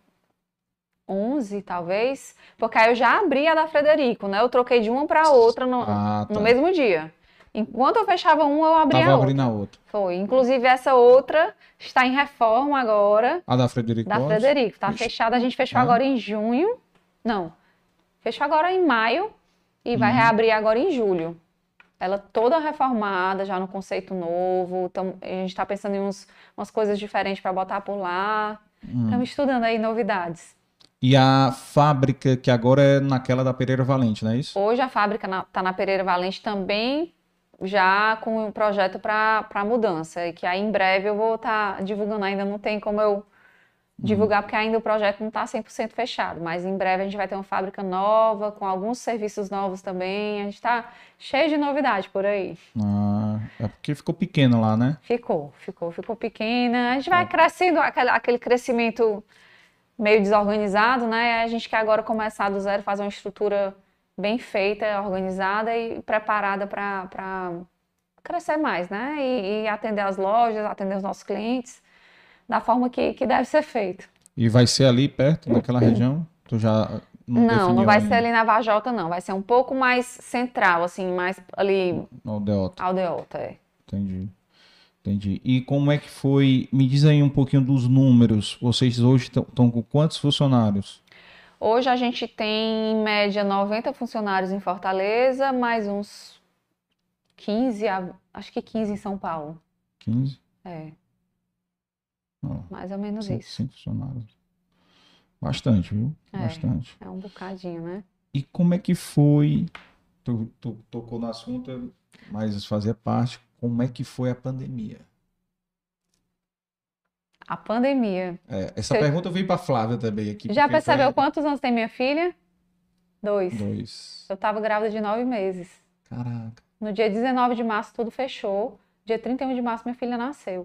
onze, talvez, porque aí eu já abri a da Frederico, né? Eu troquei de uma para outra no, Ah, tá. no mesmo dia. Enquanto eu fechava uma, eu abria Tava a abrindo outra. a outra. Foi. Inclusive, essa outra está em reforma agora, A da Frederico da Alves? Frederico. Tá Vixe. fechada, a gente fechou Ah. agora em junho. Não, fechou agora em maio e vai Uhum. reabrir agora em julho. Ela toda reformada, já no conceito novo. Então, a gente está pensando em uns, umas coisas diferentes para botar por lá. Hum. Estamos estudando aí novidades. E a fábrica que agora é naquela da Pereira Valente, não é isso? Hoje a fábrica está na, tá na Pereira Valente também, já com um projeto para mudança. E que aí em breve eu vou estar tá divulgando. Ainda não tem como eu divulgar, porque ainda o projeto não está cem por cento fechado. Mas em breve a gente vai ter uma fábrica nova, com alguns serviços novos também. A gente está cheio de novidade por aí. Ah, é porque ficou pequeno lá, né? Ficou, ficou, ficou pequena. A gente vai crescendo, aquele, aquele crescimento meio desorganizado, né? A gente quer agora começar do zero, fazer uma estrutura bem feita, organizada e preparada para crescer mais, né? E, e atender as lojas, atender os nossos clientes da forma que, que deve ser feito. E vai ser ali perto, naquela região? Tu já não Não, não definiu vai ainda? ser ali na Vajota, não. Vai ser um pouco mais central, assim, mais ali, No Aldeota. aldeota, é. Entendi. Entendi. E como é que foi? Me diz aí um pouquinho dos números. Vocês hoje estão com quantos funcionários? Hoje a gente tem, em média, noventa funcionários em Fortaleza, mais uns quinze, a- acho que quinze em São Paulo. quinze? É, Oh, mais ou menos cinco, isso. cinco funcionários. Bastante, viu? É. Bastante. É um bocadinho, né? E como é que foi? Tu, tu tocou no assunto, mas fazia parte. Como é que foi a pandemia? A pandemia. É, essa Você pergunta eu vim para Flávia também aqui. já porque percebeu foi- quantos anos tem minha filha? Dois. Dois. Eu tava grávida de nove meses. Caraca. No dia dezenove de março tudo fechou. Dia trinta e um de março minha filha nasceu.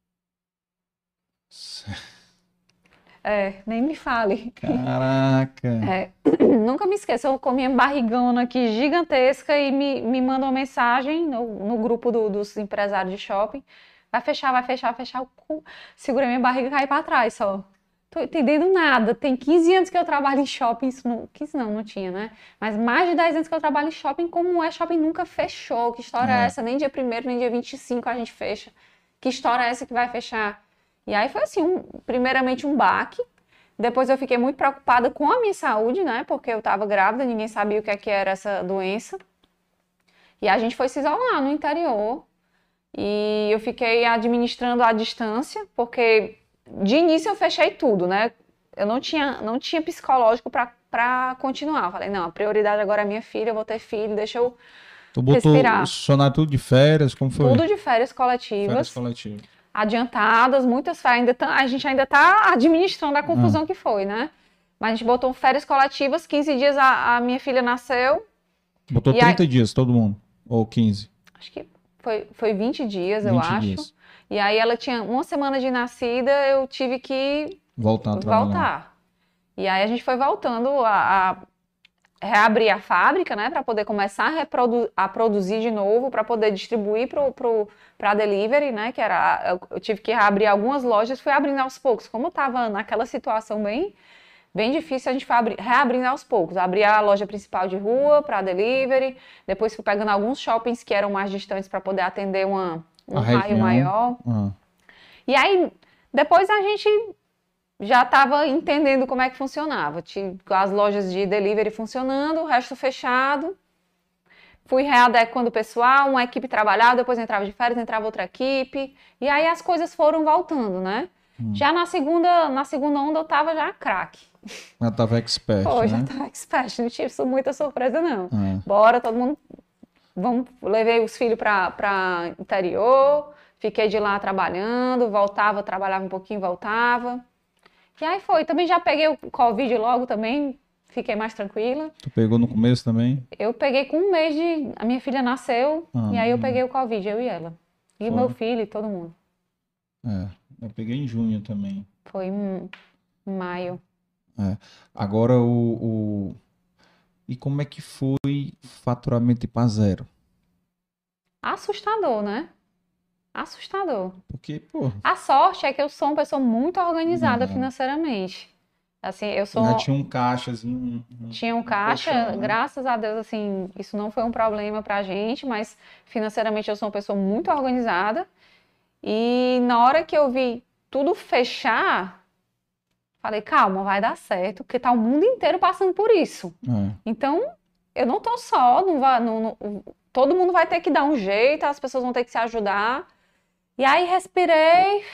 É, nem me fale. Caraca. É, nunca me esqueço, eu com minha barrigona aqui gigantesca e me, me manda uma mensagem no, no grupo do- dos empresários de shopping. Vai fechar, vai fechar, vai fechar. O cu. Segurei minha barriga e caí pra trás só. Tô entendendo nada. Tem quinze anos que eu trabalho em shopping. Isso não, quinze não, não tinha, né? Mas mais de dez anos que eu trabalho em shopping. Como é? Shopping nunca fechou. Que história é, É. essa? Nem dia primeiro, nem dia vinte e cinco a gente fecha. Que história é essa que vai fechar? E aí foi assim, um- primeiramente um baque. Depois eu fiquei muito preocupada com a minha saúde, né? Porque eu tava grávida, ninguém sabia o que é que era essa doença. E a gente foi se isolar no interior. E eu fiquei administrando à distância, porque de início eu fechei tudo, né? Eu não tinha, não tinha psicológico para continuar. Eu falei, não, a prioridade agora é minha filha, eu vou ter filho, deixa eu Tu botou respirar. o funcionário tudo de férias? Como foi? Tudo de férias coletivas, Férias coletivas. adiantadas, muitas férias. Ainda tá- a gente ainda está administrando a confusão que foi, né? Mas a gente botou férias coletivas, quinze dias a, a minha filha nasceu. Botou E aí- trinta dias, todo mundo. Ou quinze. Acho que foi, foi vinte dias, eu vinte acho. dias. E aí ela tinha uma semana de nascida, eu tive que Voltar a trabalhar. voltar. E aí a gente foi voltando a, a reabrir a fábrica, né, para poder começar a, reprodu- a produzir de novo, para poder distribuir para a delivery, né, que era, eu, eu tive que reabrir algumas lojas, fui abrindo aos poucos. Como estava naquela situação bem, bem difícil, a gente foi abri- reabrindo aos poucos. Abri a loja principal de rua para delivery, depois fui pegando alguns shoppings que eram mais distantes para poder atender uma, um A raio região. maior. Ah. E aí, depois a gente já estava entendendo como é que funcionava. Tinha as lojas de delivery funcionando, o resto fechado. fui readequando o pessoal, uma equipe trabalhava, depois entrava de férias, entrava outra equipe, e aí as coisas foram voltando, né? Hum. Já na segunda, na segunda onda eu tava já craque. Já tava expert, Pô, né? já tava expert, não tive muita surpresa não. Ah. Bora, todo mundo, vamos, levei os filhos pra, pra interior, fiquei de lá trabalhando, voltava, trabalhava um pouquinho, voltava. E aí foi, também já peguei o Covid logo também, fiquei mais tranquila. Tu pegou no começo também? Eu peguei com um mês de... A minha filha nasceu, ah, e aí eu peguei o Covid, eu e ela. E o meu filho e todo mundo. É, eu peguei em junho também. Foi em maio. É. Agora o, o... E como é que foi faturamento para zero? Assustador, né? Assustador. Porque, pô... A sorte é que eu sou uma pessoa muito organizada uhum. financeiramente. Assim, eu sou... Já tinha um caixazinho... Um, tinha um caixa, colchão, né? Graças a Deus, assim, isso não foi um problema pra gente, mas financeiramente eu sou uma pessoa muito organizada. E na hora que eu vi tudo fechar, falei, calma, vai dar certo, porque tá o mundo inteiro passando por isso. É. Então, eu não tô só, não vai, não, não, todo mundo vai ter que dar um jeito, as pessoas vão ter que se ajudar. E aí respirei,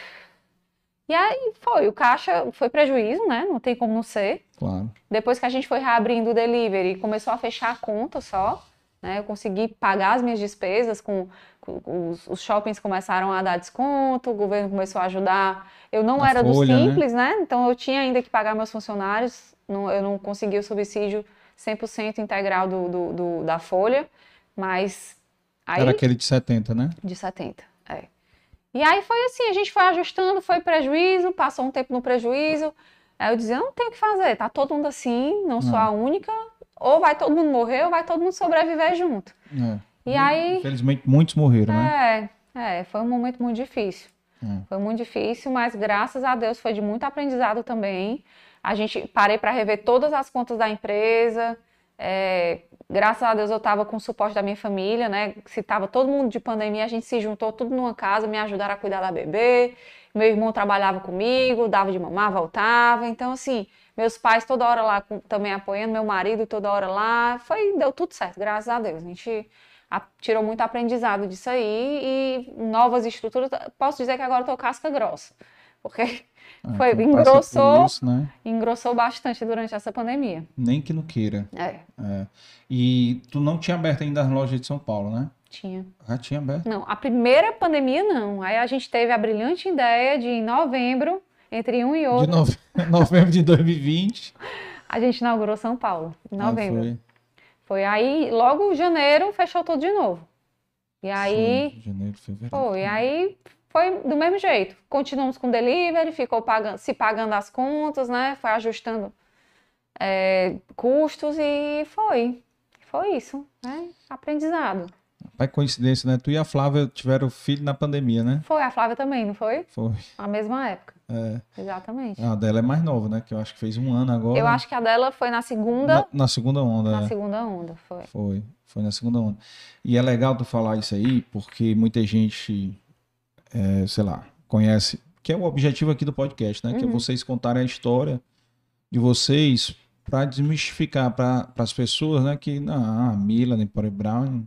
e aí foi, o caixa foi prejuízo, né? Não tem como não ser. Claro. Depois que a gente foi reabrindo o delivery, começou a fechar a conta só, né? Eu consegui pagar as minhas despesas, com, com os, os shoppings começaram a dar desconto, o governo começou a ajudar. Eu não a era folha, do Simples, né? né? Então eu tinha ainda que pagar meus funcionários, não, eu não consegui o subsídio cem por cento integral do, do, do, da folha, mas... Aí, era aquele de setenta, né? De setenta, é. E aí foi assim, a gente foi ajustando, foi prejuízo, passou um tempo no prejuízo. Aí eu dizia, não tem o que fazer, tá todo mundo assim, não sou a única, ou vai todo mundo morrer, ou vai todo mundo sobreviver junto. É. E aí... Infelizmente, muitos morreram, né? É, é, foi um momento muito difícil. É. Foi muito difícil, mas graças a Deus foi de muito aprendizado também. A gente parei para rever todas as contas da empresa. É, graças a Deus eu estava com o suporte da minha família, né? Se estava todo mundo de pandemia, a gente se juntou tudo numa casa, me ajudaram a cuidar da bebê. Meu irmão trabalhava comigo, dava de mamar, voltava. Então, assim, meus pais toda hora lá com, também apoiando, meu marido toda hora lá. Foi, deu tudo certo, graças a Deus. A gente a, tirou muito aprendizado disso aí e novas estruturas. Posso dizer que agora eu tô casca grossa, porque... Foi, é, engrossou, isso, né? engrossou bastante durante essa pandemia. Nem que não queira. É. é. E tu não tinha aberto ainda as lojas de São Paulo, né? Tinha. Já tinha aberto? Não, a primeira pandemia não. Aí a gente teve a brilhante ideia de em novembro, entre um e outro... De nove... novembro de dois mil e vinte. A gente inaugurou São Paulo, em novembro. Ah, foi. Foi aí, logo em janeiro, fechou tudo de novo. E aí... Foi, janeiro, fevereiro. Foi, e aí... Foi do mesmo jeito. Continuamos com delivery, ficou pagando, se pagando as contas, né? Foi ajustando é, custos e foi. Foi isso, né? Aprendizado. Pai, coincidência, né? Tu e a Flávia tiveram filho na pandemia, né? Foi, a Flávia também, não foi? Foi. Na mesma época. É. Exatamente. A dela é mais nova, né? Que eu acho que fez um ano agora. Eu acho que a dela foi na segunda... Na, na segunda onda. Na é. segunda onda, foi. Foi. Foi na segunda onda. E é legal tu falar isso aí, porque muita gente... É, sei lá, conhece, que é o objetivo aqui do podcast, né? Uhum. Que é vocês contarem a história de vocês para desmistificar para as pessoas, né? Que ah, a Mila, nem Polly Brown,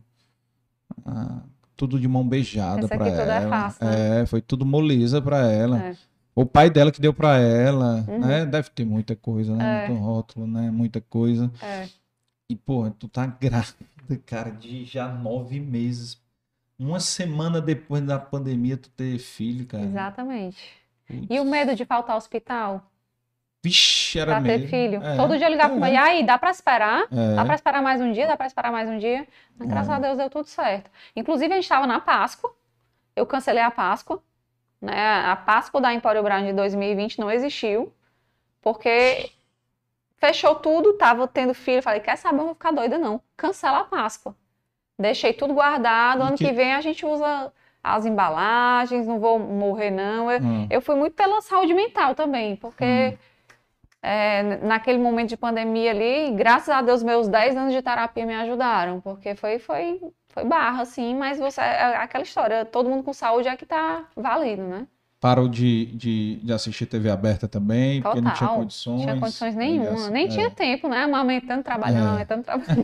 ah, tudo de mão beijada para ela. Tudo é, fácil, né? É, foi tudo moleza para ela. É. O pai dela que deu para ela, uhum. né? Deve ter muita coisa, né? É. Muito rótulo, né? Muita coisa. É. E, pô, tu tá grávida, cara, de já nove meses. Uma semana depois da pandemia, tu ter filho, cara. Exatamente. Putz. E o medo de faltar ao hospital? Vixe, era pra mesmo. ter filho. É. Todo dia eu ligava é. pra mãe, e aí, dá pra esperar? É. Dá pra esperar mais um dia? Dá pra esperar mais um dia? Mas, graças é. a Deus deu tudo certo. Inclusive, a gente estava na Páscoa. Eu cancelei a Páscoa. Né? A Páscoa da Empório Brown de dois mil e vinte não existiu. Porque fechou tudo, tava tendo filho. Falei, quer saber, eu não vou ficar doida não. Cancela a Páscoa. Deixei tudo guardado, ano que... que vem a gente usa as embalagens, não vou morrer não. Eu, hum. eu fui muito pela saúde mental também, porque hum. é, naquele momento de pandemia ali, graças a Deus meus dez anos de terapia me ajudaram, porque foi, foi, foi barra assim, mas você, é aquela história, todo mundo com saúde é que tá valendo, né? Parou de, de, de assistir T V aberta também, Total. porque não tinha condições. Não tinha condições nenhuma. Nem é. tinha tempo, né? Amamentando, trabalhando, É. amamentando, trabalhando.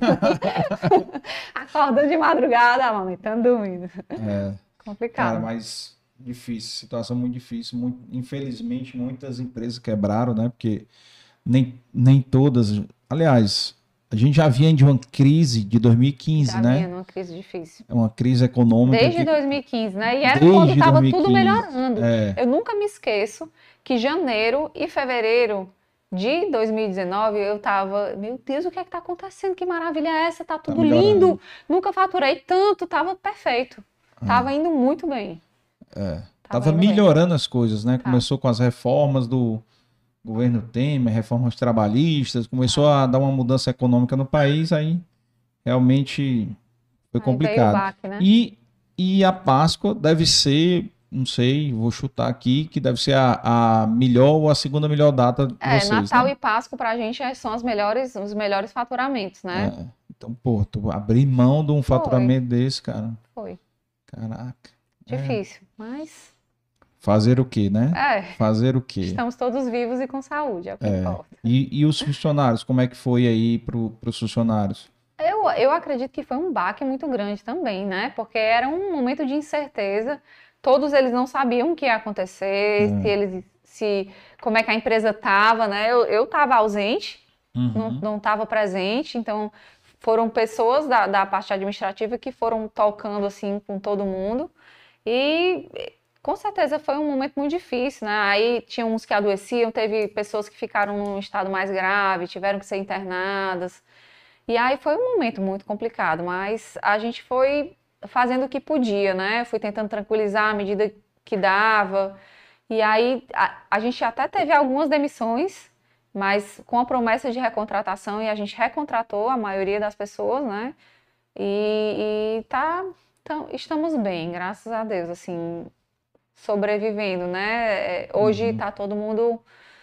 Acordando de madrugada, amamentando, dormindo. É. Complicado. Cara, mas difícil, situação muito difícil. Muito, infelizmente, muitas empresas quebraram, né? Porque nem, nem todas. Aliás, a gente já vinha de uma crise de dois mil e quinze, Já né? vinha numa crise difícil. É uma crise econômica. Desde que... dois mil e quinze, né? E era Desde quando estava dois mil e quinze, tudo melhorando. é. Eu nunca me esqueço que janeiro e fevereiro de dois mil e dezenove eu tava, meu Deus, o que é que tá acontecendo? Que maravilha é essa? Tá tudo lindo. Nunca faturei tanto, tava perfeito. Tava indo muito bem. É. Tava, tava melhorando bem. As coisas, né? Tá. Começou com as reformas do governo Temer, reformas trabalhistas, começou ah. a dar uma mudança econômica no país, aí realmente foi aí complicado. Baque, né? E, e a Páscoa deve ser, não sei, vou chutar aqui, que deve ser a, a melhor ou a segunda melhor data de é, vocês, Natal né? e Páscoa pra gente são as melhores, os melhores faturamentos, né? É. Então, pô, tu abrir mão de um foi. faturamento desse, cara. Foi. Caraca. Difícil, é. mas... Fazer o quê, né? É. Fazer o quê? Estamos todos vivos e com saúde, é o que é. importa. E, e os funcionários, como é que foi aí para os funcionários? Eu, eu acredito que foi um baque muito grande também, né? Porque era um momento de incerteza, todos eles não sabiam o que ia acontecer, é. se eles, se, como é que a empresa estava, né? Eu estava ausente, uhum. não estava presente, então foram pessoas da, da parte administrativa que foram tocando assim com todo mundo e... Com certeza foi um momento muito difícil, né? Aí tinha uns que adoeciam, teve pessoas que ficaram num estado mais grave, tiveram que ser internadas. E aí foi um momento muito complicado, mas a gente foi fazendo o que podia, né? Fui tentando tranquilizar à medida que dava. E aí a, a gente até teve algumas demissões, mas com a promessa de recontratação, e a gente recontratou a maioria das pessoas, né? E, e tá, então, estamos bem, graças a Deus, assim... sobrevivendo, né? Hoje uhum. tá todo mundo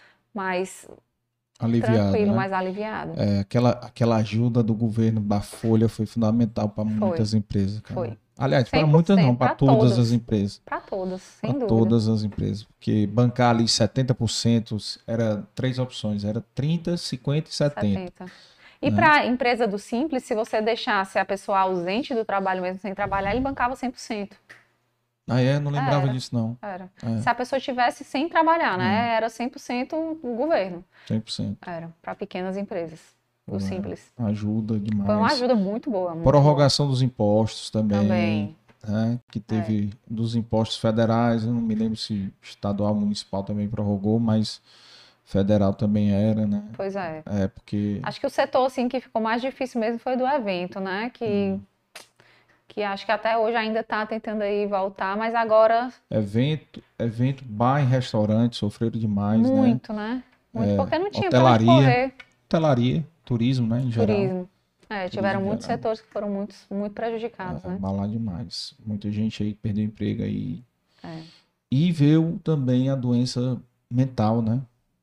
mais aliviado, tranquilo, né? mais aliviado. É, aquela, aquela ajuda do governo da Folha foi fundamental para muitas empresas, cara. Foi. Aliás, para muitas não, para todas, todas as empresas. Para todas, sem pra dúvida. todas as empresas, porque bancar ali setenta por cento era três opções, era trinta, cinquenta e setenta. setenta. E né? Para a empresa do Simples, se você deixasse a pessoa ausente do trabalho mesmo sem trabalhar, ele bancava cem por cento. Ah, é? Não lembrava era, disso, não. Era. É. Se a pessoa estivesse sem trabalhar, né? Hum. Era cem por cento o governo. cem por cento. Era, para pequenas empresas. O é. Simples. Ajuda demais. Foi uma ajuda muito boa. Muito Prorrogação boa. dos impostos também. Também. Né? Que teve é. dos impostos federais, eu não me lembro se estadual, municipal também prorrogou, mas federal também era, né? Pois é. É, porque... Acho que o setor, assim, que ficou mais difícil mesmo foi do evento, né? Que... Hum. que acho que até hoje ainda está tentando aí voltar, mas agora... Evento, evento, bar e restaurante sofreram demais, muito, né? Muito, né? Muito, é, porque não tinha hotelaria, pra onde correr. Hotelaria, turismo, né, em geral. Turismo. É, tiveram turismo muitos setores que foram muito, muito prejudicados, é, né? Abalar demais. Muita gente aí perdeu emprego aí. É. E veio também a doença mental, né?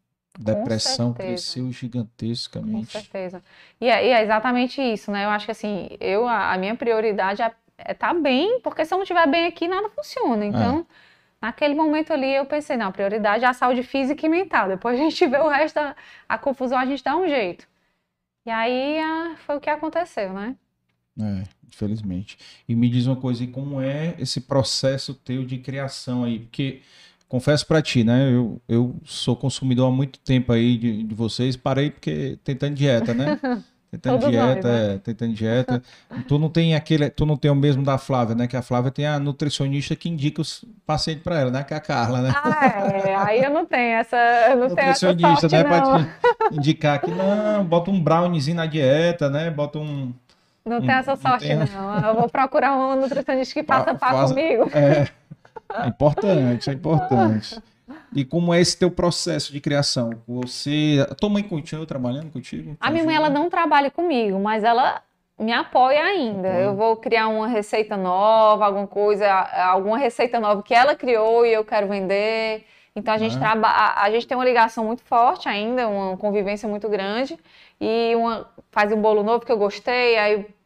Depressão certeza. cresceu gigantescamente. Com certeza. E é, e é exatamente isso, né? Eu acho que assim, eu, a, a minha prioridade é estar tá bem, porque se eu não estiver bem aqui, nada funciona. Então, é. naquele momento ali, eu pensei, não, a prioridade é a saúde física e mental. Depois a gente vê o resto, da, a confusão, a gente dá um jeito. E aí, a, foi o que aconteceu, né? É, infelizmente. E me diz uma coisa, e como é esse processo teu de criação aí? Porque... Confesso pra ti, né? Eu, eu sou consumidor há muito tempo aí de, de vocês. Parei porque tentando dieta, né? Tentando Todos dieta, nós, né? é, tentando dieta. Tu não tem aquele, tu não tem o mesmo da Flávia, né? Que a Flávia tem a nutricionista que indica os pacientes pra ela, né? Que é a Carla, né? Ah, é. Aí eu não tenho essa, eu não tenho essa nutricionista, sorte, né? não. Pra te indicar que não, bota um browniezinho na dieta, né? Bota um... Não um, tem essa sorte, não. Tem... não. Eu vou procurar um nutricionista que faça par Faz, comigo. É, é importante, é importante. E como é esse teu processo de criação? Você, a tua mãe continua trabalhando contigo? A minha mãe, ela não trabalha comigo, mas ela me apoia ainda. Apoia. Eu vou criar uma receita nova, alguma coisa, alguma receita nova que ela criou e eu quero vender. Então a gente, ah. traba... a gente tem uma ligação muito forte ainda, uma convivência muito grande. E uma... faz um bolo novo que eu gostei, aí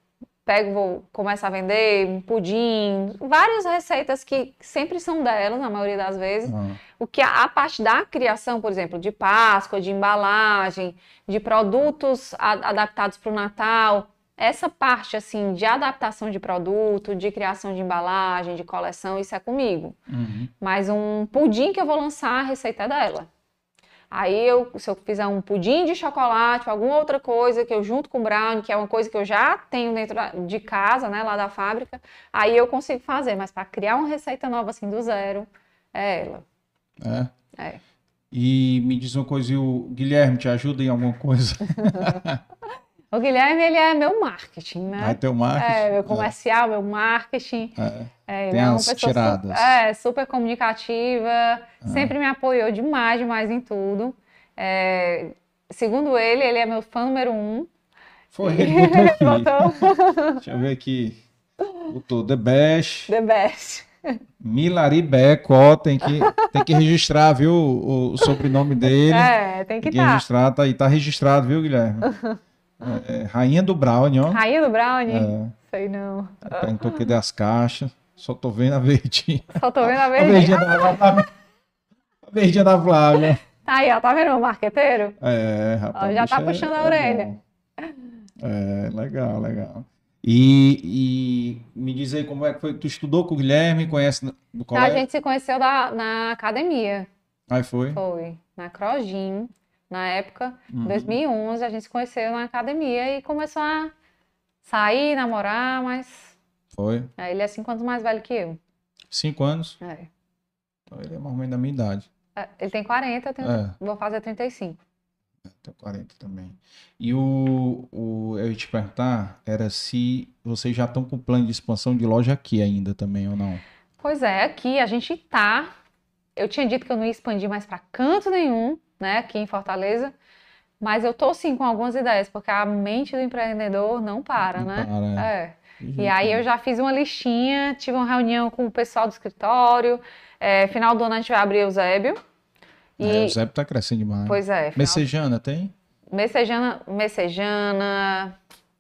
pego, vou começar a vender um pudim, várias receitas que sempre são delas, na maioria das vezes. Ah. O que a, a parte da criação, por exemplo, de Páscoa, de embalagem, de produtos a, adaptados para o Natal, essa parte assim de adaptação de produto, de criação de embalagem, de coleção, isso é comigo. Uhum. Mas um pudim que eu vou lançar, a receita é dela. Aí, eu, se eu fizer um pudim de chocolate, alguma outra coisa que eu junto com brownie, que é uma coisa que eu já tenho dentro de casa, né, lá da fábrica, aí eu consigo fazer. Mas para criar uma receita nova assim do zero, é ela. É? É. E me diz uma coisa, e o Guilherme te ajuda em alguma coisa? O Guilherme, ele é meu marketing, né? Vai ter o marketing? É, meu comercial, é. meu marketing. É. É, ele Tem é uma as pessoa tiradas. Super, é, super comunicativa, ah. sempre me apoiou demais, demais em tudo. É, segundo ele, ele é meu fã número um. Foi, ele botou aqui. Botou. Deixa eu ver aqui. Botou The Best. The Best. Milari Beco, ó, tem que, tem que registrar, viu, o, o sobrenome dele. É, tem que Tem que tá. registrar, tá aí, tá registrado, viu, Guilherme? É, é, Rainha do Brownie, ó. Rainha do Brownie? É. Sei não. Perguntou que das caixas. Só tô vendo a verdinha. Só tô vendo a A verdinha. verdinha da Flávia. A verdinha da Flávia. Tá aí, ó, tá vendo o marqueteiro? É, rapaz. Ó, já tá é- puxando a é orelha. bom. É, legal, legal. E, e me diz aí como é que foi. Tu estudou com o Guilherme, conhece do A colégio? gente se conheceu da, na academia. Aí foi. Foi, na Crogym, na época, em Uhum. dois mil e onze, a gente se conheceu na academia e começou a sair, namorar, mas Foi. é, ele é cinco anos mais velho que eu. Cinco anos. É. Então ele é mais ou menos da minha idade. É, ele tem quarenta, eu tenho, É. vou fazer trinta e cinco. Tenho quarenta também. E o, o eu ia te perguntar era se vocês já estão com plano de expansão de loja aqui ainda também ou não? Pois é, aqui a gente tá. Eu tinha dito que eu não ia expandir mais para canto nenhum, né, aqui em Fortaleza. Mas eu tô sim com algumas ideias, porque a mente do empreendedor não para, Não né? para, é. É. De E jeito aí nenhum. eu já fiz uma listinha, tive uma reunião com o pessoal do escritório. É, final do ano a gente vai abrir o Eusébio. E, É, o Zé tá crescendo demais. pois é, final... Messejana tem? Messejana, Messejana,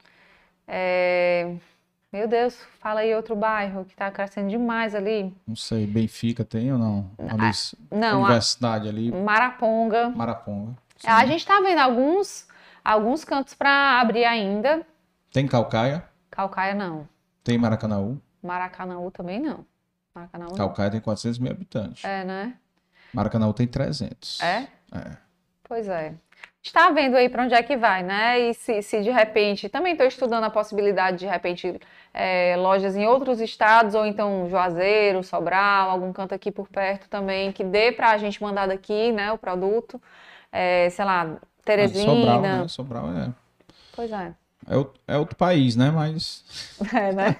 é, meu Deus, fala aí outro bairro que tá crescendo demais ali. Não sei, Benfica tem ou não? Ali, Não, a Universidade ali, Maraponga. Maraponga. Sim. A gente tá vendo alguns, alguns cantos para abrir ainda. Tem Calcaia? Calcaia não. Tem Maracanaú? Maracanaú também não. Maracanaú não. Calcaia tem quatrocentos mil habitantes. É, né? Maracanaú tem trezentos. É? É. Pois é. Está vendo aí para onde é que vai, né? E se, se de repente, também estou estudando a possibilidade de, de repente, é, lojas em outros estados, ou então Juazeiro, Sobral, algum canto aqui por perto também, que dê para a gente mandar daqui, né, o produto. É, sei lá, Teresina. Ah, Sobral, né? Sobral é. Pois é. É outro, é outro país, né? Mas. É, né?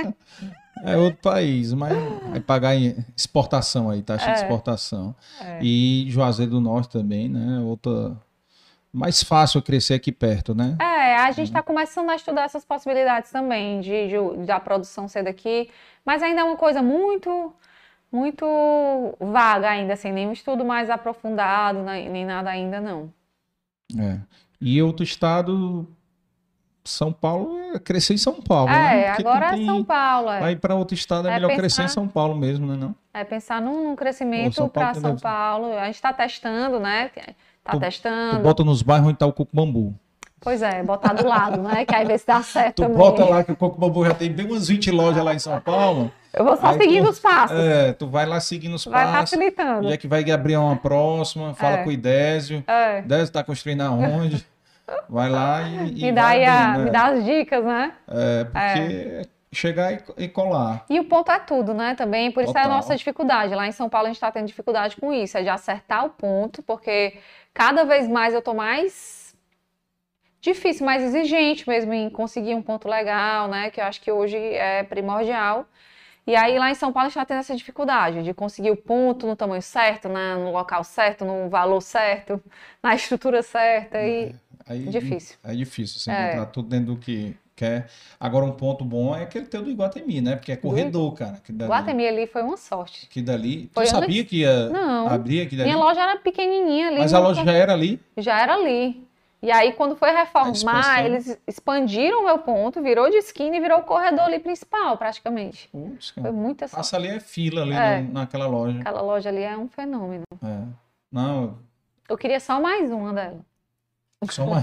É outro país, mas vai pagar em exportação aí, taxa É. de exportação. É. E Juazeiro do Norte também, né? Outra. Mais fácil crescer aqui perto, né? É, a gente está começando a estudar essas possibilidades também de, de da produção ser daqui, mas ainda é uma coisa muito, muito vaga ainda, assim, nenhum estudo mais aprofundado, nem, nem nada ainda não. É. E outro estado, São Paulo, é crescer em São Paulo, né? É, Porque tu agora é tem- São Paulo, é. Vai para outro estado é, É melhor pensar- crescer em São Paulo mesmo, né? Não? É pensar num, num Ô, crescimento São Paulo para tem São deve- Paulo. A gente está testando, né? Tá Tu- Tu testando. bota nos bairros onde tá o coco bambu. Pois é, botar do lado, né? Que aí vê se dá certo Tu também. bota lá que o coco bambu já tem bem umas vinte lojas lá em São Paulo. Eu vou só Aí seguindo tu- os passos. É, tu vai lá seguindo os Vai passos. facilitando. E é que vai abrir uma próxima, fala É. com o Idésio. É. Idésio tá construindo aonde? Vai lá e, e Me dá, vai aí a- abrindo, me é. dá as dicas, né? É, porque chegar e, e colar. E o ponto é tudo, né? Também, por isso é a Total. nossa dificuldade. Lá em São Paulo a gente está tendo dificuldade com isso, é de acertar o ponto, porque cada vez mais eu tô mais difícil, mais exigente mesmo em conseguir um ponto legal, né? Que eu acho que hoje é primordial. E aí lá em São Paulo a gente está tendo essa dificuldade de conseguir o ponto no tamanho certo, na- no local certo, no valor certo, na estrutura certa. E Aí, Difícil. É difícil você É. encontrar tudo dentro do que quer. Agora, um ponto bom é aquele teu do Iguatemi, né? Porque é corredor, cara. Que dali, Guatemi ali foi uma sorte. que dali. Foi Tu onde- sabia que ia Não. abrir aqui dali? Minha loja era pequenininha ali. Mas a não- loja já era ali? já era ali. E aí, quando foi A reformar, expansão. eles expandiram o meu ponto, virou de esquina e virou o corredor ali principal, praticamente. Putz, Foi cara. muito assim. Passa ali é fila ali É. no- naquela loja. Aquela loja ali é um fenômeno. É. Não, Eu queria só mais uma dela. só uma...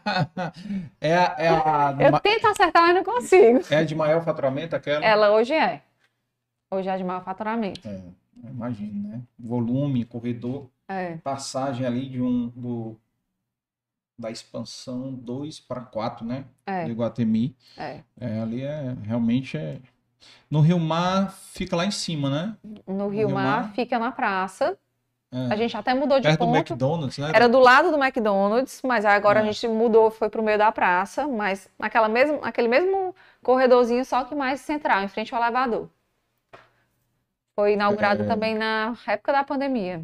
é a, é, a, Eu tento acertar, mas não consigo. é a de maior faturamento, aquela? Ela hoje é. Hoje é a de maior faturamento. É, imagino, né? Volume, corredor, É. passagem ali de um do, da expansão dois para quatro, né? É. De Iguatemi. É. É, ali é realmente é. No Rio Mar fica lá em cima, né? No Rio Rio Mar Mar. fica na praça. É. A gente até mudou de Perto do ponto. McDonald's, né? Era do lado do McDonald's, mas agora É. a gente mudou, foi pro meio da praça, mas naquela mesmo, naquele mesmo corredorzinho, só que mais central, em frente ao elevador. Foi inaugurado É. também na época da pandemia.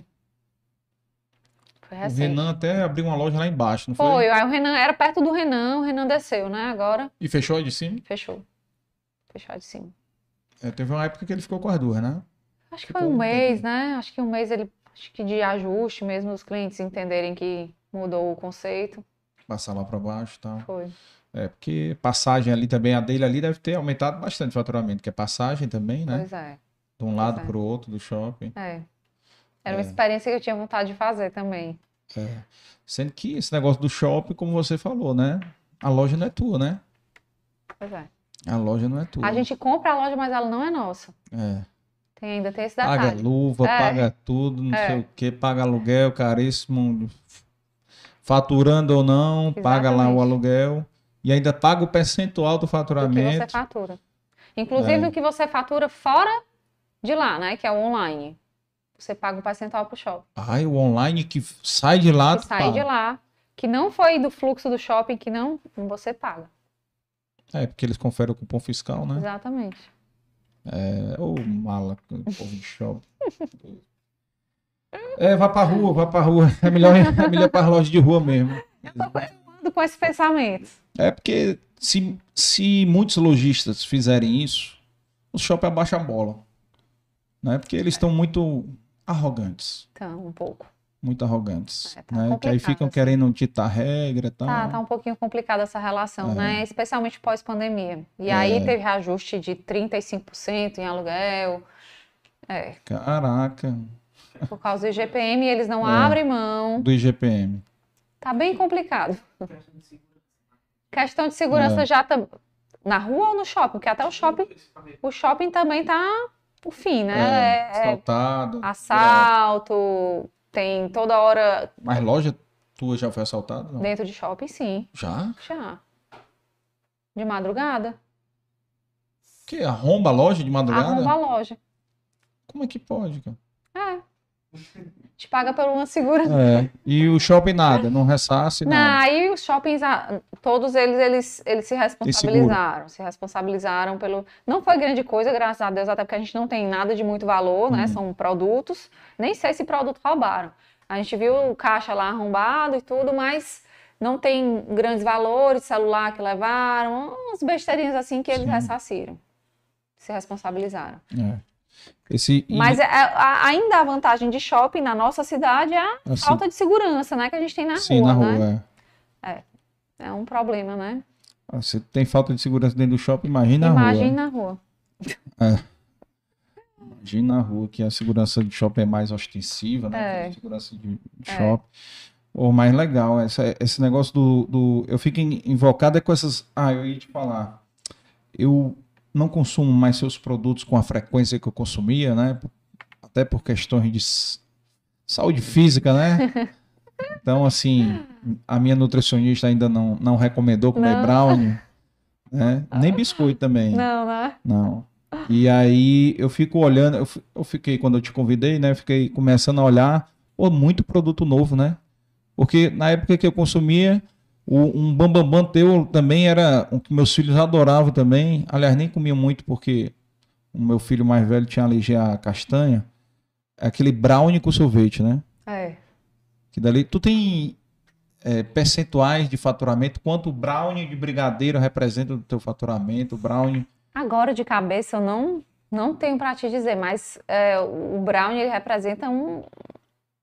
Foi O recente. Renan até abriu uma loja lá embaixo, não foi? Foi, aí o Renan, era perto do Renan, o Renan desceu, né? Agora E fechou aí de cima? fechou. Fechou de cima. É, teve uma época que ele ficou com as duas, né? Acho que Ficou foi um um mês, tempinho. né? Acho que um mês ele, acho que de ajuste mesmo, os clientes entenderem que mudou o conceito. Passar lá para baixo e tal. Foi. É, porque passagem ali também, a dele ali deve ter aumentado bastante o faturamento, que é passagem também, né? Pois é. De um lado é. para o outro do shopping. É. Era uma experiência que eu tinha vontade de fazer também. É. Sendo que esse negócio do shopping, como você falou, né? A loja não é tua, né? Pois é. A loja não é tua. A gente compra a loja, mas ela não é nossa. É. Tem ainda tem esse Paga detalhe. luva, É. paga tudo, não É. sei o quê, paga aluguel caríssimo, faturando ou não, paga lá o Exatamente. aluguel e ainda paga o percentual do Do que você faturamento. fatura. Inclusive É. do que você fatura fora de lá, né? Que é o online. Você paga um percentual pro shopping. Ai, o online que sai de lá, Que tu sair de paga. lá, que não foi do fluxo do shopping, que não você paga. É, porque eles conferem o cupom fiscal, né? Exatamente. É, ô mala, povo de shopping. É, vá pra rua, vá pra rua. É melhor, é melhor para loja de rua mesmo. Ando com esses pensamentos. É porque se, se muitos lojistas fizerem isso, o shopping abaixa a bola. Né? Porque eles estão muito arrogantes. Então, um pouco. Muito arrogantes. É, tá Né? Que aí complicado, ficam assim. querendo ditar regra e tal. Tá, tá um pouquinho complicada essa relação, É. né? Especialmente pós-pandemia. E aí teve reajuste de trinta e cinco por cento em aluguel. É, Caraca, por causa do I G P M, eles não É. abrem mão. do I G P M. Tá bem complicado. Questão de segurança É. já tá na rua ou no shopping? Porque até o shopping, o shopping também tá o fim, né? É, É- é assaltado. assalto, tem toda hora Mas loja tua já foi assaltada? Não. dentro de shopping, sim. Já? Já. De madrugada. Que arromba a loja de madrugada? Arromba a loja. Como é que pode, cara? É. Te paga por uma segurança. É. E o shopping nada, não ressasse Não, nada. aí os shoppings, ah, todos eles, eles, eles se responsabilizaram. Se responsabilizaram pelo. Não foi grande coisa, graças a Deus, até porque a gente não tem nada de muito valor, né? Uhum. São produtos. Nem sei se produto roubaram. A gente viu o caixa lá arrombado e tudo, mas não tem grandes valores, celular que levaram, umas besteirinhas assim que eles Sim. ressarciram. Se responsabilizaram. É. Esse, e- Mas é- é- a- ainda a vantagem de shopping na nossa cidade é a assim, falta de segurança, né? Que a gente tem na sim, rua, na né? rua. É. É um problema, né? Ah, se tem falta de segurança dentro do shopping, imagina na Imagine rua. na rua. Imagina na rua, que a segurança de shopping é mais ostensiva, né? É. A segurança de, de É. shopping. O mais legal, essa, esse negócio do, do. Eu fico in- invocado é com essas. Ah, eu ia te falar. Eu não consumo mais seus produtos com a frequência que eu consumia, né? Até por questões de s- saúde física, né? Então, assim, a minha nutricionista ainda não, não recomendou comer Não. brownie, né? Nem biscoito também. Não, né? Não. E aí eu fico olhando, eu, fi- eu fiquei, quando eu te convidei, né? Eu fiquei começando a olhar, pô, muito produto novo, né? Porque na época que eu consumia, o, um bambambam teu também era um que meus filhos adoravam também. Aliás, nem comiam muito porque o meu filho mais velho tinha alergia à castanha. É aquele brownie com sorvete, né? É. Que dali, tu tem é, percentuais de faturamento, quanto o brownie de brigadeiro representa do teu faturamento, o brownie... Agora de cabeça eu não, não tenho pra te dizer, mas é, o brownie ele representa um,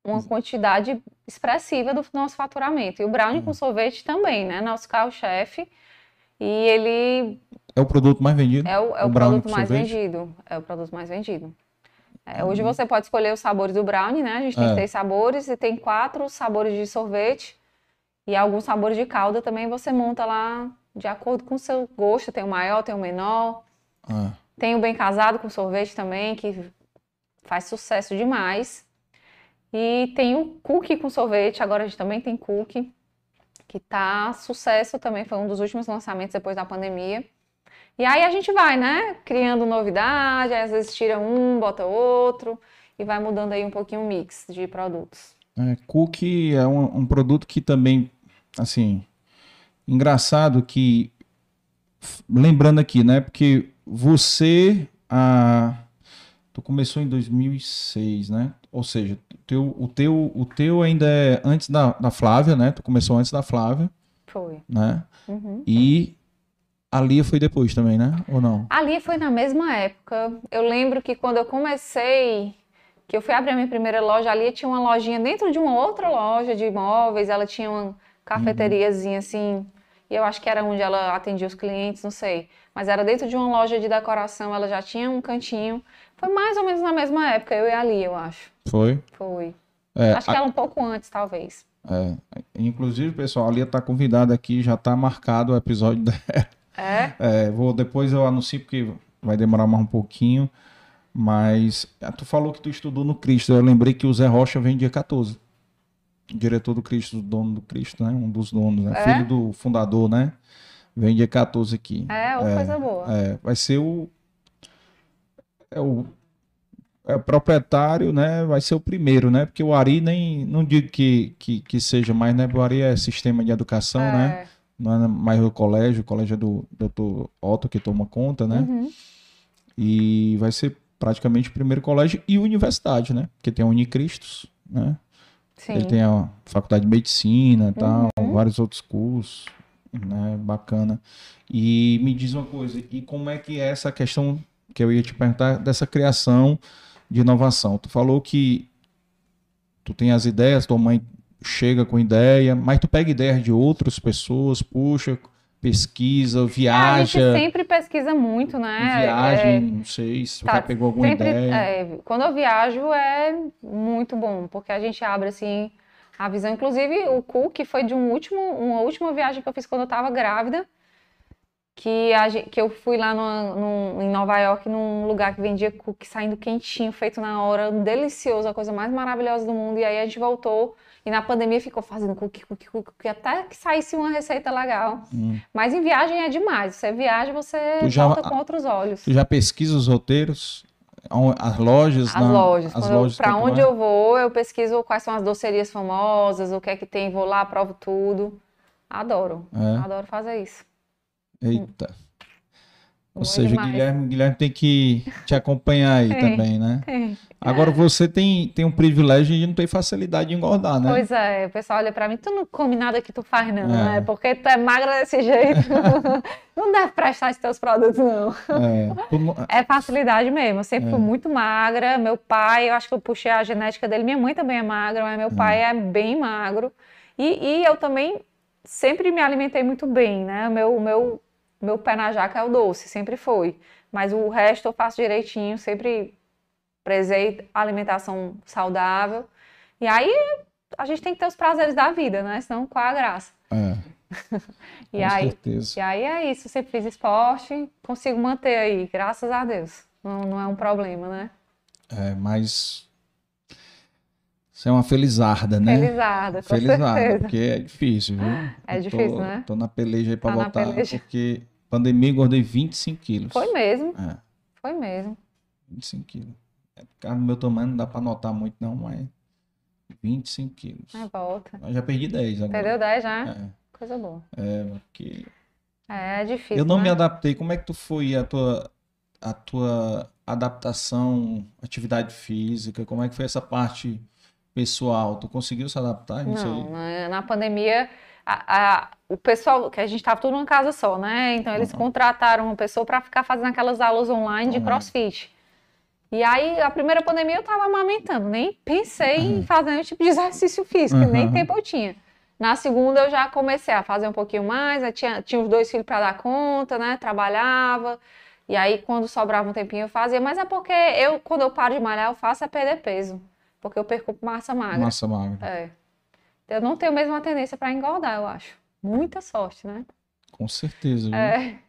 uma quantidade expressiva do nosso faturamento. E o brownie com sorvete também, né? Nosso carro-chefe. E ele... É o produto mais vendido? É o, é o, o produto mais sorvete? vendido. É o produto mais vendido. É, hoje você pode escolher os sabores do brownie, né? A gente tem é. seis sabores e tem quatro sabores de sorvete. E alguns sabores de calda também você monta lá de acordo com o seu gosto. Tem o maior, tem o menor. Ah. Tem o bem casado com sorvete também, que faz sucesso demais. E tem o cookie com sorvete. Agora a gente também tem cookie, que tá sucesso também. Foi um dos últimos lançamentos depois da pandemia. E aí a gente vai, né? Criando novidade. Aí às vezes tira um, bota outro. E vai mudando aí um pouquinho o mix de produtos. É, cookie é um, um produto que também... Assim, engraçado que, lembrando aqui, né, porque você, ah, tu começou em dois mil e seis, né, ou seja, teu, o, teu, o teu ainda é antes da, da Flávia, né, tu começou antes da Flávia. Foi. Né, uhum. E a Lia foi depois também, né, ou não? A Lia foi na mesma época. Eu lembro que quando eu comecei... que eu fui abrir a minha primeira loja, a Lia tinha uma lojinha dentro de uma outra loja de imóveis, ela tinha uma cafeteriazinha assim, e eu acho que era onde ela atendia os clientes, não sei. Mas era dentro de uma loja de decoração, ela já tinha um cantinho. Foi mais ou menos na mesma época, eu e a Lia, eu acho. Foi? Foi. É, acho que a... ela um pouco antes, talvez. É. Inclusive, pessoal, a Lia tá convidada aqui, já tá marcado o episódio dela. É? É, vou, depois eu anuncio, porque vai demorar mais um pouquinho. Mas tu falou que tu estudou no Cristo. Eu lembrei que o Zé Rocha vem dia quatorze. Diretor do Cristo, dono do Cristo, né? Um dos donos, né? É? Filho do fundador, né? Vem dia quatorze aqui. É, uma é, coisa boa. É, vai ser o... É o... É o proprietário, né? Vai ser o primeiro, né? Porque o Ari nem... Não digo que, que, que seja mais, né? O Ari é sistema de educação, é. né? Não é mais o colégio. O colégio é do doutor Otto que toma conta, né? Uhum. E vai ser praticamente o primeiro colégio e universidade, né? Porque tem a Unicristos, né? Sim. Ele tem a faculdade de medicina, tal, uhum. vários outros cursos, né? Bacana. E me diz uma coisa, e como é que é essa questão que eu ia te perguntar dessa criação de inovação? Tu falou que tu tem as ideias, tua mãe chega com ideia, mas tu pega ideias de outras pessoas, puxa... pesquisa, viaja... É, a gente sempre pesquisa muito, né? Viagem, é, não sei se tá, já pegou alguma sempre, ideia. É, quando eu viajo é muito bom, porque a gente abre assim a visão. Inclusive o cookie foi de um último, uma última viagem que eu fiz quando eu estava grávida, que, a, que eu fui lá no, no, em Nova York, num lugar que vendia cookie saindo quentinho, feito na hora, delicioso, a coisa mais maravilhosa do mundo. E aí a gente voltou. E na pandemia ficou fazendo cookie, cookie, cookie, até que saísse uma receita legal. Hum. Mas em viagem é demais. Você viaja, você já, volta com outros olhos. Tu já pesquisa os roteiros? As lojas? As na, lojas. As lojas Para onde eu vou, eu pesquiso quais são as docerias famosas, o que é que tem, vou lá, provo tudo. Adoro. É. Adoro fazer isso. Eita. Ou Bom seja, demais. Guilherme, Guilherme tem que te acompanhar aí tem, também, né? Tem. Agora você tem, tem um privilégio de não ter facilidade de engordar, né? Pois é, o pessoal olha pra mim, tu não come nada que tu faz não, É. né? Porque tu é magra desse jeito. Não deve prestar esses teus produtos, não. É, tu... é facilidade mesmo, eu sempre É. fui muito magra. Meu pai, eu acho que eu puxei a genética dele, minha mãe também é magra, mas meu pai é bem magro. E, e eu também sempre me alimentei muito bem, né? O meu, meu, meu pé na jaca é o doce, sempre foi. Mas o resto eu faço direitinho, sempre prezei alimentação saudável. E aí a gente tem que ter os prazeres da vida, né? Senão qual é a graça? É, e, com aí, certeza. e aí é isso, sempre fiz esporte, consigo manter aí, graças a Deus. Não, não é um problema, né? É, mas você é uma felizarda, né? Felizarda, com Felizarda, certeza. porque é difícil, viu? É Eu difícil, tô, né? Tô na peleja aí pra Tá na voltar, peleja. porque pandemia engordei vinte e cinco quilos. Foi mesmo, É, foi mesmo. vinte e cinco quilos. É, por causa do meu tamanho não dá pra notar muito não, mas vinte e cinco quilos. É, volta. Eu já perdi dez agora. Perdeu dez já? É, Coisa boa. é, porque É, é difícil, eu não né? me adaptei. Como é que tu foi a tua, a tua adaptação, atividade física? Como é que foi essa parte pessoal? Tu conseguiu se adaptar nisso aí? Não, na, na pandemia, a, a, o pessoal, que a gente estava tudo numa casa só, né? Então eles Uhum. contrataram uma pessoa para ficar fazendo aquelas aulas online de Uhum. CrossFit. E aí, a primeira pandemia eu tava amamentando, nem pensei em Uhum. fazer nenhum tipo de exercício físico, nem Uhum. tempo eu tinha. Na segunda eu já comecei a fazer um pouquinho mais, eu tinha, tinha os dois filhos para dar conta, né? Trabalhava. E aí, quando sobrava um tempinho, eu fazia. Mas é porque eu, quando eu paro de malhar, eu faço é perder peso. Porque eu perco massa magra. Massa magra. É. Eu não tenho mesmo uma tendência para engordar, eu acho. Muita sorte, né? Com certeza, viu? É,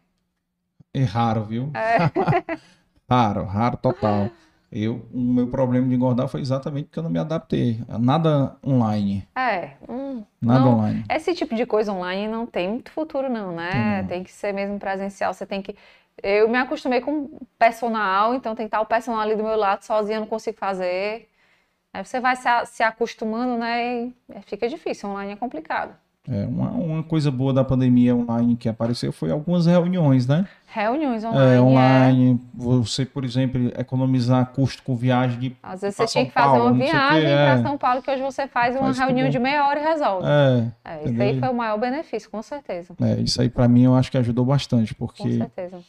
É raro, viu? é, Raro, raro total. Eu, o meu problema de engordar foi exatamente porque eu não me adaptei. a Nada online. é. Hum, Nada não, online. esse tipo de coisa online não tem muito futuro, não, Tem né? não. Tem que ser mesmo presencial. Você tem que. Eu me acostumei com personal, então tem que estar o personal ali do meu lado, sozinha eu não consigo fazer. Aí você vai se, a- se acostumando, né? E fica difícil. Online é complicado. É, uma, uma coisa boa da pandemia online que apareceu foi algumas reuniões, né? Reuniões É, online é. online, você, por exemplo, economizar custo com viagem de Às vezes para você tinha São que fazer uma Paulo, não sei o que, viagem para é, São Paulo, que hoje você faz uma faz reunião tudo. de meia hora e resolve. É, É, isso aí entendeu? foi o maior benefício, com certeza. É, isso aí pra mim eu acho que ajudou bastante, Com porque certeza.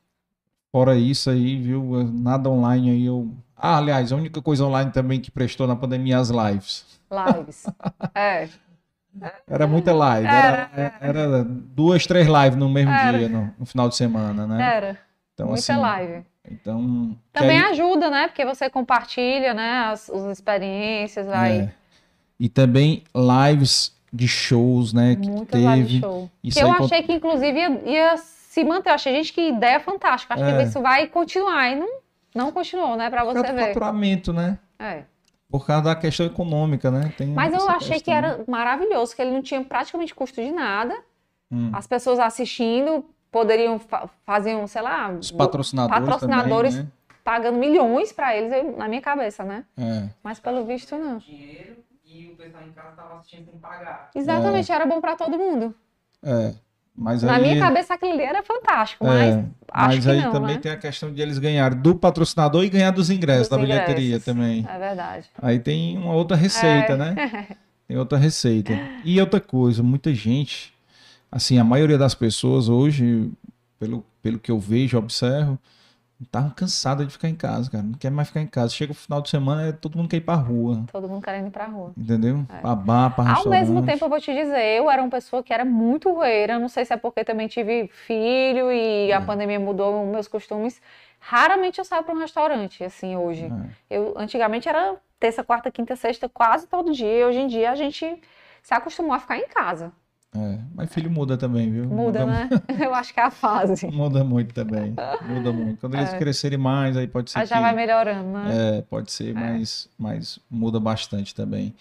fora isso aí, viu, nada online aí eu... Ah, aliás, a única coisa online também que prestou na pandemia, as lives. Lives. É. Era muita live, Era, era, era duas, três lives no mesmo era, dia, no, no final de semana, né? era. Então, Muita assim, live. então... que Também aí, ajuda, né? Porque você compartilha, né? As, as experiências, vai. é, e também lives de shows, né, que Muitas lives de teve, show. Que isso eu aí... achei que, inclusive, ia, ia se manter. Eu achei, gente, que ideia fantástica. Acho que É, isso vai continuar. E não, não continuou, né? Pra por causa você do ver. faturamento, né? É. Por causa da questão econômica, né? Tem Mas eu essa achei que questão. era maravilhoso, que ele não tinha praticamente custo de nada. Hum. As pessoas assistindo poderiam fa fazer um, sei lá, Os patrocinadores, patrocinadores também, né? pagando milhões pra eles, eu- na minha cabeça, né? É. Mas pelo visto, não. dinheiro e o pessoal em casa estava assistindo sem pagar. Exatamente, era bom pra todo mundo. É. Mas Na aí, minha cabeça, aquilo ali era fantástico, mas é, acho mas que aí não, também né? tem a questão de eles ganharem do patrocinador e ganhar dos ingressos, Dos da bilheteria ingressos. também. É verdade. Aí tem uma outra receita, É. né? Tem outra receita. E outra coisa, muita gente, assim, a maioria das pessoas hoje, pelo, pelo que eu vejo, observo, estavam cansadas de ficar em casa, cara. Não quer mais ficar em casa. Chega o final de semana, é todo mundo quer ir pra rua. Todo mundo querendo ir pra rua. Entendeu? Pra bar, pra Ao restaurante. mesmo tempo, eu vou te dizer, eu era uma pessoa que era muito roeira. Não sei se é porque também tive filho e a É. pandemia mudou meus costumes. Raramente eu saio para um restaurante, assim, hoje. É. Eu, antigamente era terça, quarta, quinta, sexta, quase todo dia. Hoje em dia a gente se acostumou a ficar em casa. É, mas filho muda também, viu? Muda, né? Eu acho que é a fase. Muda muito também. Muda muito. Quando eles crescerem mais, aí pode ser Aí já que... vai melhorando, né? É, pode ser, mas, mas muda bastante também.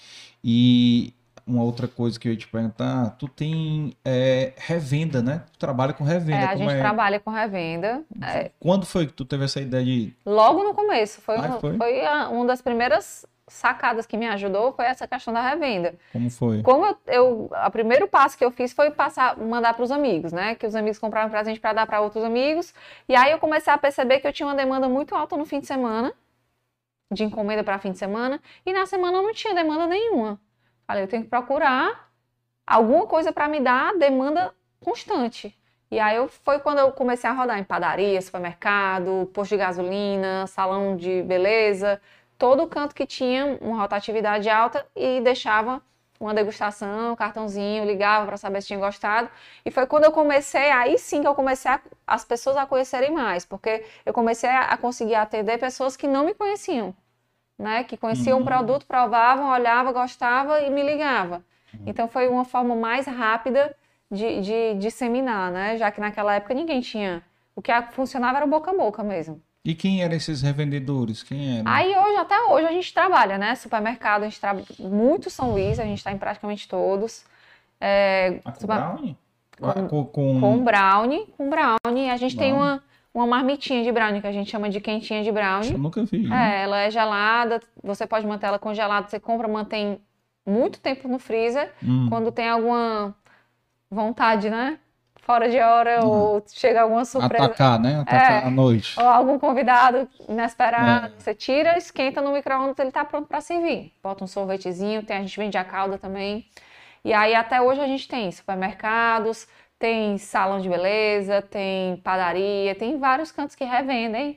E uma outra coisa que eu ia te perguntar, tu tem é, revenda, né? Tu trabalha com É, revenda. a como gente é? trabalha com revenda. É, Quando foi que tu teve essa ideia de... logo no começo, foi, Ah, um- foi? foi a- uma das primeiras sacadas que me ajudou, foi essa questão da revenda. Como foi? Como eu, eu, o primeiro passo que eu fiz foi passar, mandar para os amigos, né? Que os amigos compraram presente para dar para outros amigos. E aí eu comecei a perceber que eu tinha uma demanda muito alta no fim de semana, de encomenda para fim de semana, e na semana eu não tinha demanda nenhuma. Falei, eu tenho que procurar alguma coisa para me dar demanda constante. E aí eu, foi quando eu comecei a rodar em padaria, supermercado, posto de gasolina, salão de beleza, todo canto que tinha uma rotatividade alta e deixava uma degustação, um cartãozinho, ligava para saber se tinha gostado. E foi quando eu comecei, aí sim que eu comecei a, as pessoas a conhecerem mais, porque eu comecei a, a conseguir atender pessoas que não me conheciam, né? Que conheciam Uhum. o produto, provavam, olhava, gostava e me ligava. Então foi uma forma mais rápida de, de disseminar, né? Já que naquela época ninguém tinha. O que funcionava era o boca a boca mesmo. E quem eram esses revendedores? Quem eram? Aí hoje, até hoje, a gente trabalha, né? Supermercado, a gente trabalha muito São Luís, a gente está em praticamente todos. É, Ah, com super- brownie? com- Ah, com, com- com brownie, com brownie. A gente tem Brownie. uma, uma marmitinha de brownie, que a gente chama de quentinha de brownie. Eu nunca vi. né? É, ela é gelada, você pode manter ela congelada, você compra, mantém muito tempo no freezer. Hum. Quando tem alguma vontade, né? Fora de hora, ou chega alguma surpresa. Atacar, né? Atacar É. à noite. Ou algum convidado inesperado, É. você tira, esquenta no micro-ondas, ele tá pronto para servir. Bota um sorvetezinho, tem, a gente vende a calda também. E aí até hoje a gente tem supermercados, tem salão de beleza, tem padaria, tem vários cantos que revendem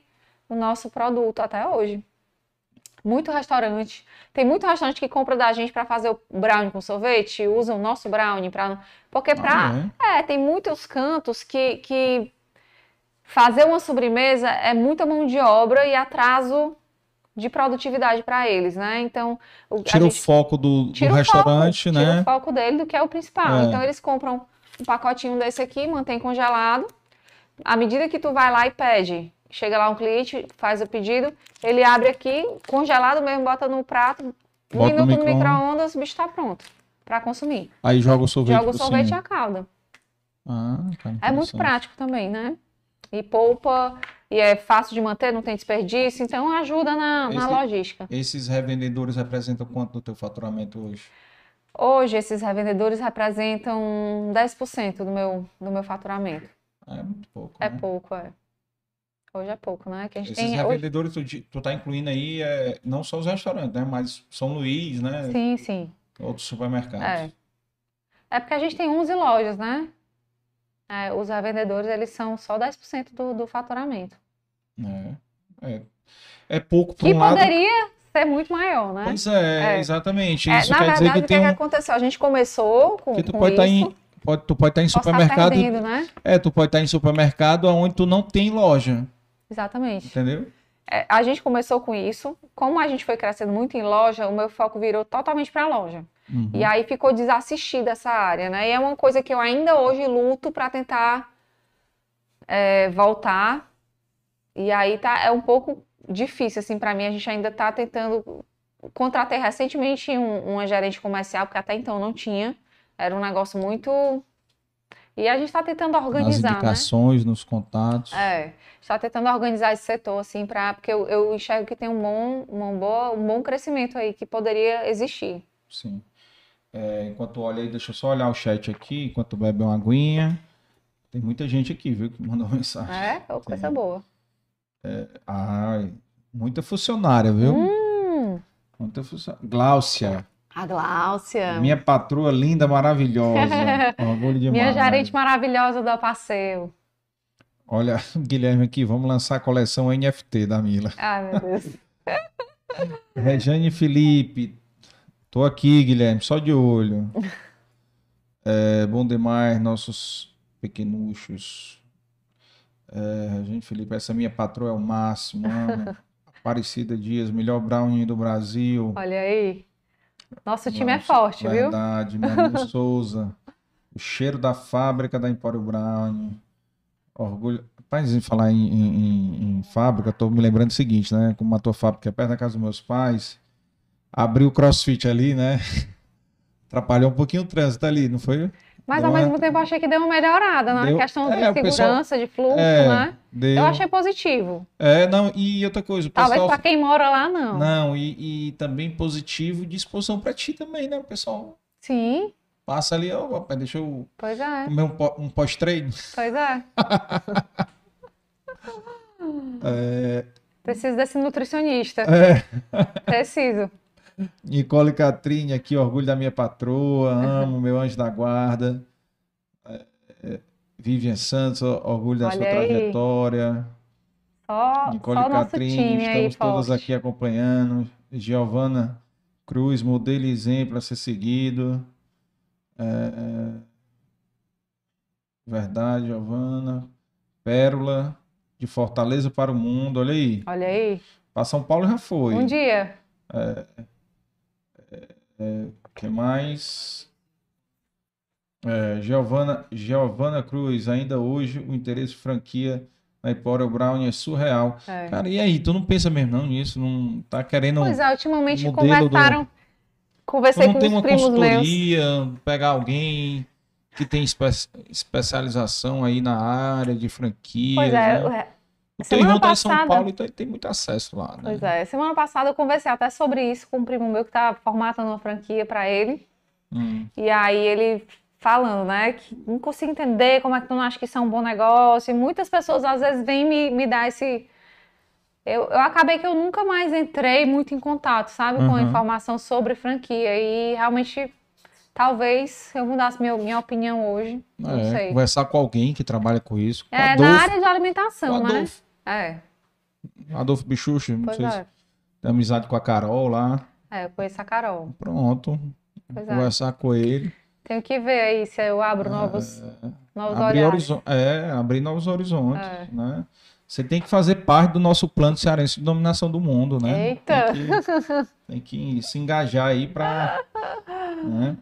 o nosso produto até hoje. Muito restaurante. Tem muito restaurante que compra da gente para fazer o brownie com sorvete, usa o nosso brownie para, porque para, Ah, é, tem muitos cantos que, que fazer uma sobremesa é muita mão de obra e atraso de produtividade para eles, né? Então, o, a Tira o gente foco do, do tira o restaurante, foco, né? tira o foco dele do que é o principal. É. Então, eles compram um pacotinho desse aqui, mantém congelado. À medida que tu vai lá e pede, chega lá um cliente, faz o pedido, ele abre aqui, congelado mesmo, bota no prato, um Bota no minuto no micro-ondas. micro-ondas, o bicho tá pronto para consumir. Aí joga o sorvete Joga o por sorvete e cima. a calda. Ah, cara, É muito interessante. prático também, né? E poupa, e é fácil de manter, não tem desperdício, então ajuda na, na Esse- logística. Esses revendedores representam quanto do teu faturamento hoje? Hoje, esses revendedores representam dez por cento do meu, do meu faturamento. Ah, é muito pouco, É né? pouco, é. Hoje é pouco, né? Que a gente Esses tem hoje... revendedores, tu, di- tu tá incluindo aí, é, não só os restaurantes, né? Mas São Luís, né? Sim, sim. Outros supermercados. É. É porque a gente tem onze lojas, né? É, os revendedores, eles são só dez por cento do, do faturamento. É, é. É pouco por Que um lado. poderia ser muito maior, né? Pois é, É. exatamente. É, Isso na quer verdade, dizer que o que, tem é que um. aconteceu? A gente começou com, Que tu com pode estar isso, em. Pode, tu pode estar em posso estar supermercado. perdendo, né? É, tu pode estar em supermercado onde tu não tem loja. Exatamente. Entendeu? É, a gente começou com isso. Como a gente foi crescendo muito em loja, o meu foco virou totalmente para loja. Uhum. E aí ficou desassistida essa área, né? E é uma coisa que eu ainda hoje luto para tentar é, voltar. E aí tá, é um pouco difícil, assim, para mim. A gente ainda tá tentando... Contratei recentemente um, uma gerente comercial, porque até então não tinha. Era um negócio muito... E a gente está tentando Nas organizar, né? indicações, nos contatos. É, está tentando organizar esse setor, assim, pra, porque eu, eu enxergo que tem um bom, uma boa, um bom crescimento aí que poderia existir. Sim. É, enquanto olha aí, deixa eu só olhar o chat aqui, enquanto bebe uma aguinha. Tem muita gente aqui, viu, que mandou mensagem. É, oh, coisa boa. Ah, muita funcionária, viu? Hum, Muita funcionária. Gláucia, a Gláucia, minha patroa linda, maravilhosa. Orgulho demais. minha gerente maravilhosa do Passeio. Olha, Guilherme aqui, vamos lançar a coleção N F T da Mila. Ai, meu Deus. Rejane Felipe, tô aqui, Guilherme, só de olho. É bom demais, nossos pequenuchos. É, Rejane Felipe, essa minha patroa é o máximo. Amo. Aparecida Dias, melhor brownie do Brasil. Olha aí. Nosso time é Nossa, forte, viu? verdade, Manu Souza. O cheiro da fábrica da Empório Brownie. Orgulho. Rapaz, em falar em, em, em, em fábrica, tô me lembrando do seguinte, né? Como a tua fábrica é perto da casa dos meus pais, abriu o CrossFit ali, né? Atrapalhou um pouquinho o trânsito ali, não foi? Mas Deu ao uma- mesmo tempo eu achei que deu uma melhorada na Deu- questão de é, o pessoal- segurança, de fluxo, É, né? deu. Eu achei positivo. É, não, e outra coisa, o Talvez pessoal. para quem mora lá, não. Não, e, e também positivo de exposição pra ti também, né? O pessoal Sim, passa ali, ó, rapaz, deixa eu pois é, comer um, pó- um pós-treino. pois é. É, Preciso desse nutricionista. é. Preciso. Nicole Catrine aqui, orgulho da minha patroa, amo meu anjo da guarda. É, é, Vivian Santos, orgulho da Olha sua aí. trajetória. Só, Nicole só o nosso Catrine, time aí estamos todas forte. aqui acompanhando. Giovana Cruz, modelo e exemplo a ser seguido. É, é, verdade, Giovana. Pérola, de Fortaleza para o mundo, olha aí. Olha aí. Para São Paulo já foi. Um dia. O que mais? É, Giovana, Giovana Cruz, ainda hoje o interesse franquia na Empório Brownie é surreal. É. Cara, e aí? Tu não pensa mesmo não nisso? Não tá querendo... Pois é, ultimamente modelo do- conversaram. Tu Conversei não com tem os uma primos meus. consultoria, pegar alguém que tem espe- especialização aí na área de franquias, Pois é. né? é, O teu semana irmão tá em São passada- Paulo e tá- tem muito acesso lá, né? Pois é. Semana passada eu conversei até sobre isso com um primo meu que tá formatando uma franquia para ele. Hum. E aí ele falando, né, que não consigo entender como é que tu não acha que isso é um bom negócio. E muitas pessoas às vezes vêm me, me dar esse... Eu, eu acabei que eu nunca mais entrei muito em contato, sabe, com a Uhum. informação sobre franquia. E realmente, talvez eu mudasse minha, minha opinião hoje. Não É, sei. conversar com alguém que trabalha com isso. Com É, Adolfo, na área de alimentação, com né? Adolfo. É. Adolfo Bichucho, não Pois sei se é. tem amizade com a Carol lá. É, eu conheço a Carol. Pronto, Pois é. conversar com ele. Tenho que ver aí se eu abro novos, novos Abrir olhares. horizon- é, abrir novos horizontes, É. né? Você tem que fazer parte do nosso plano cearense de dominação do mundo, né? Eita! Tem que, tem que se engajar aí para, né?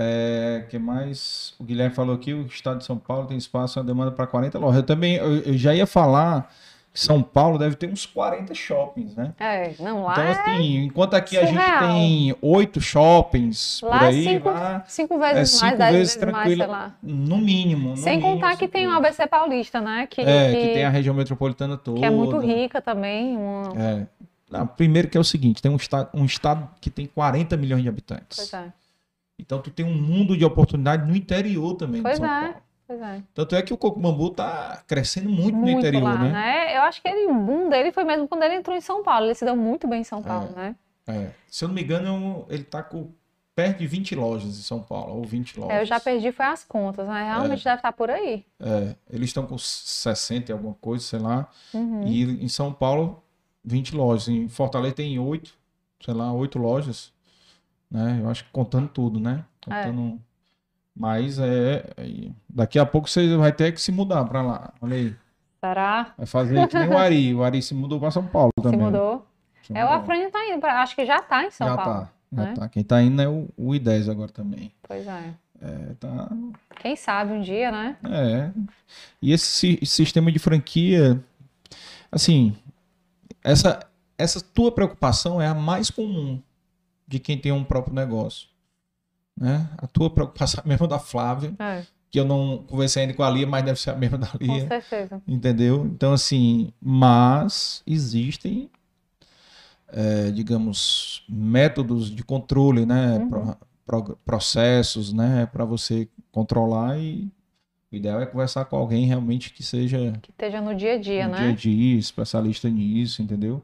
É, que mais? O Guilherme falou aqui, o estado de São Paulo tem espaço, uma demanda para quarenta lojas. Eu também, eu, eu já ia falar que São Paulo deve ter uns quarenta shoppings, né? É, não, lá Então, é assim, enquanto aqui a gente surreal. tem oito shoppings por Lá é aí, cinco, lá cinco é vezes mais, cinco dez vezes vezes mais, sei tranquila, lá. no mínimo. No Sem mínimo, contar que cinco tem o vezes. A B C Paulista, né? Que, É, que, que tem a região metropolitana toda. que é muito rica também. uma- É. Não, primeiro que é o seguinte, tem um estado, um estado que tem quarenta milhões de habitantes. Pois é, Então tu tem um mundo de oportunidade no interior também Pois de São é. Paulo. pois é. Tanto é que o coco bambu tá crescendo muito, no Muito interior, lá, né? né? Eu acho que ele, o boom dele foi mesmo quando ele entrou em São Paulo. Ele se deu muito bem em São Paulo, né? É. Se eu não me engano, ele tá com perto de vinte lojas em São Paulo, ou vinte lojas. É, eu já perdi foi as contas, mas realmente deve estar por aí. É, eles estão com sessenta e alguma coisa, sei lá. Uhum. E em São Paulo, vinte lojas. Em Fortaleza tem oito, sei lá, oito lojas. Né? Eu acho que contando tudo, né? Contando... Mas é, é- daqui a pouco você vai ter que se mudar para lá. Olha aí. Será? Vai fazer que nem o Ari. O Ari se mudou para São Paulo Se também. mudou? Se É, o mudou. Afrânio tá indo, pra, acho que já tá em São Já Paulo. tá. Já né? tá. Quem tá indo é o, o I dez agora também. Pois é. É, tá. Quem sabe um dia, né? É. E esse si- sistema de franquia, assim, essa, essa tua preocupação é a mais comum de quem tem um próprio negócio. Né? A tua preocupação é a mesma da Flávia, É, que eu não conversei ainda com a Lia, mas deve ser a mesma da com Lia. certeza. Entendeu? Então, assim, mas existem, é, digamos, métodos de controle, né? Uhum. Pro- pro- processos, né? Para você controlar e o ideal é conversar com alguém realmente que seja Que esteja no dia a dia, no né? dia a dia, especialista nisso, entendeu?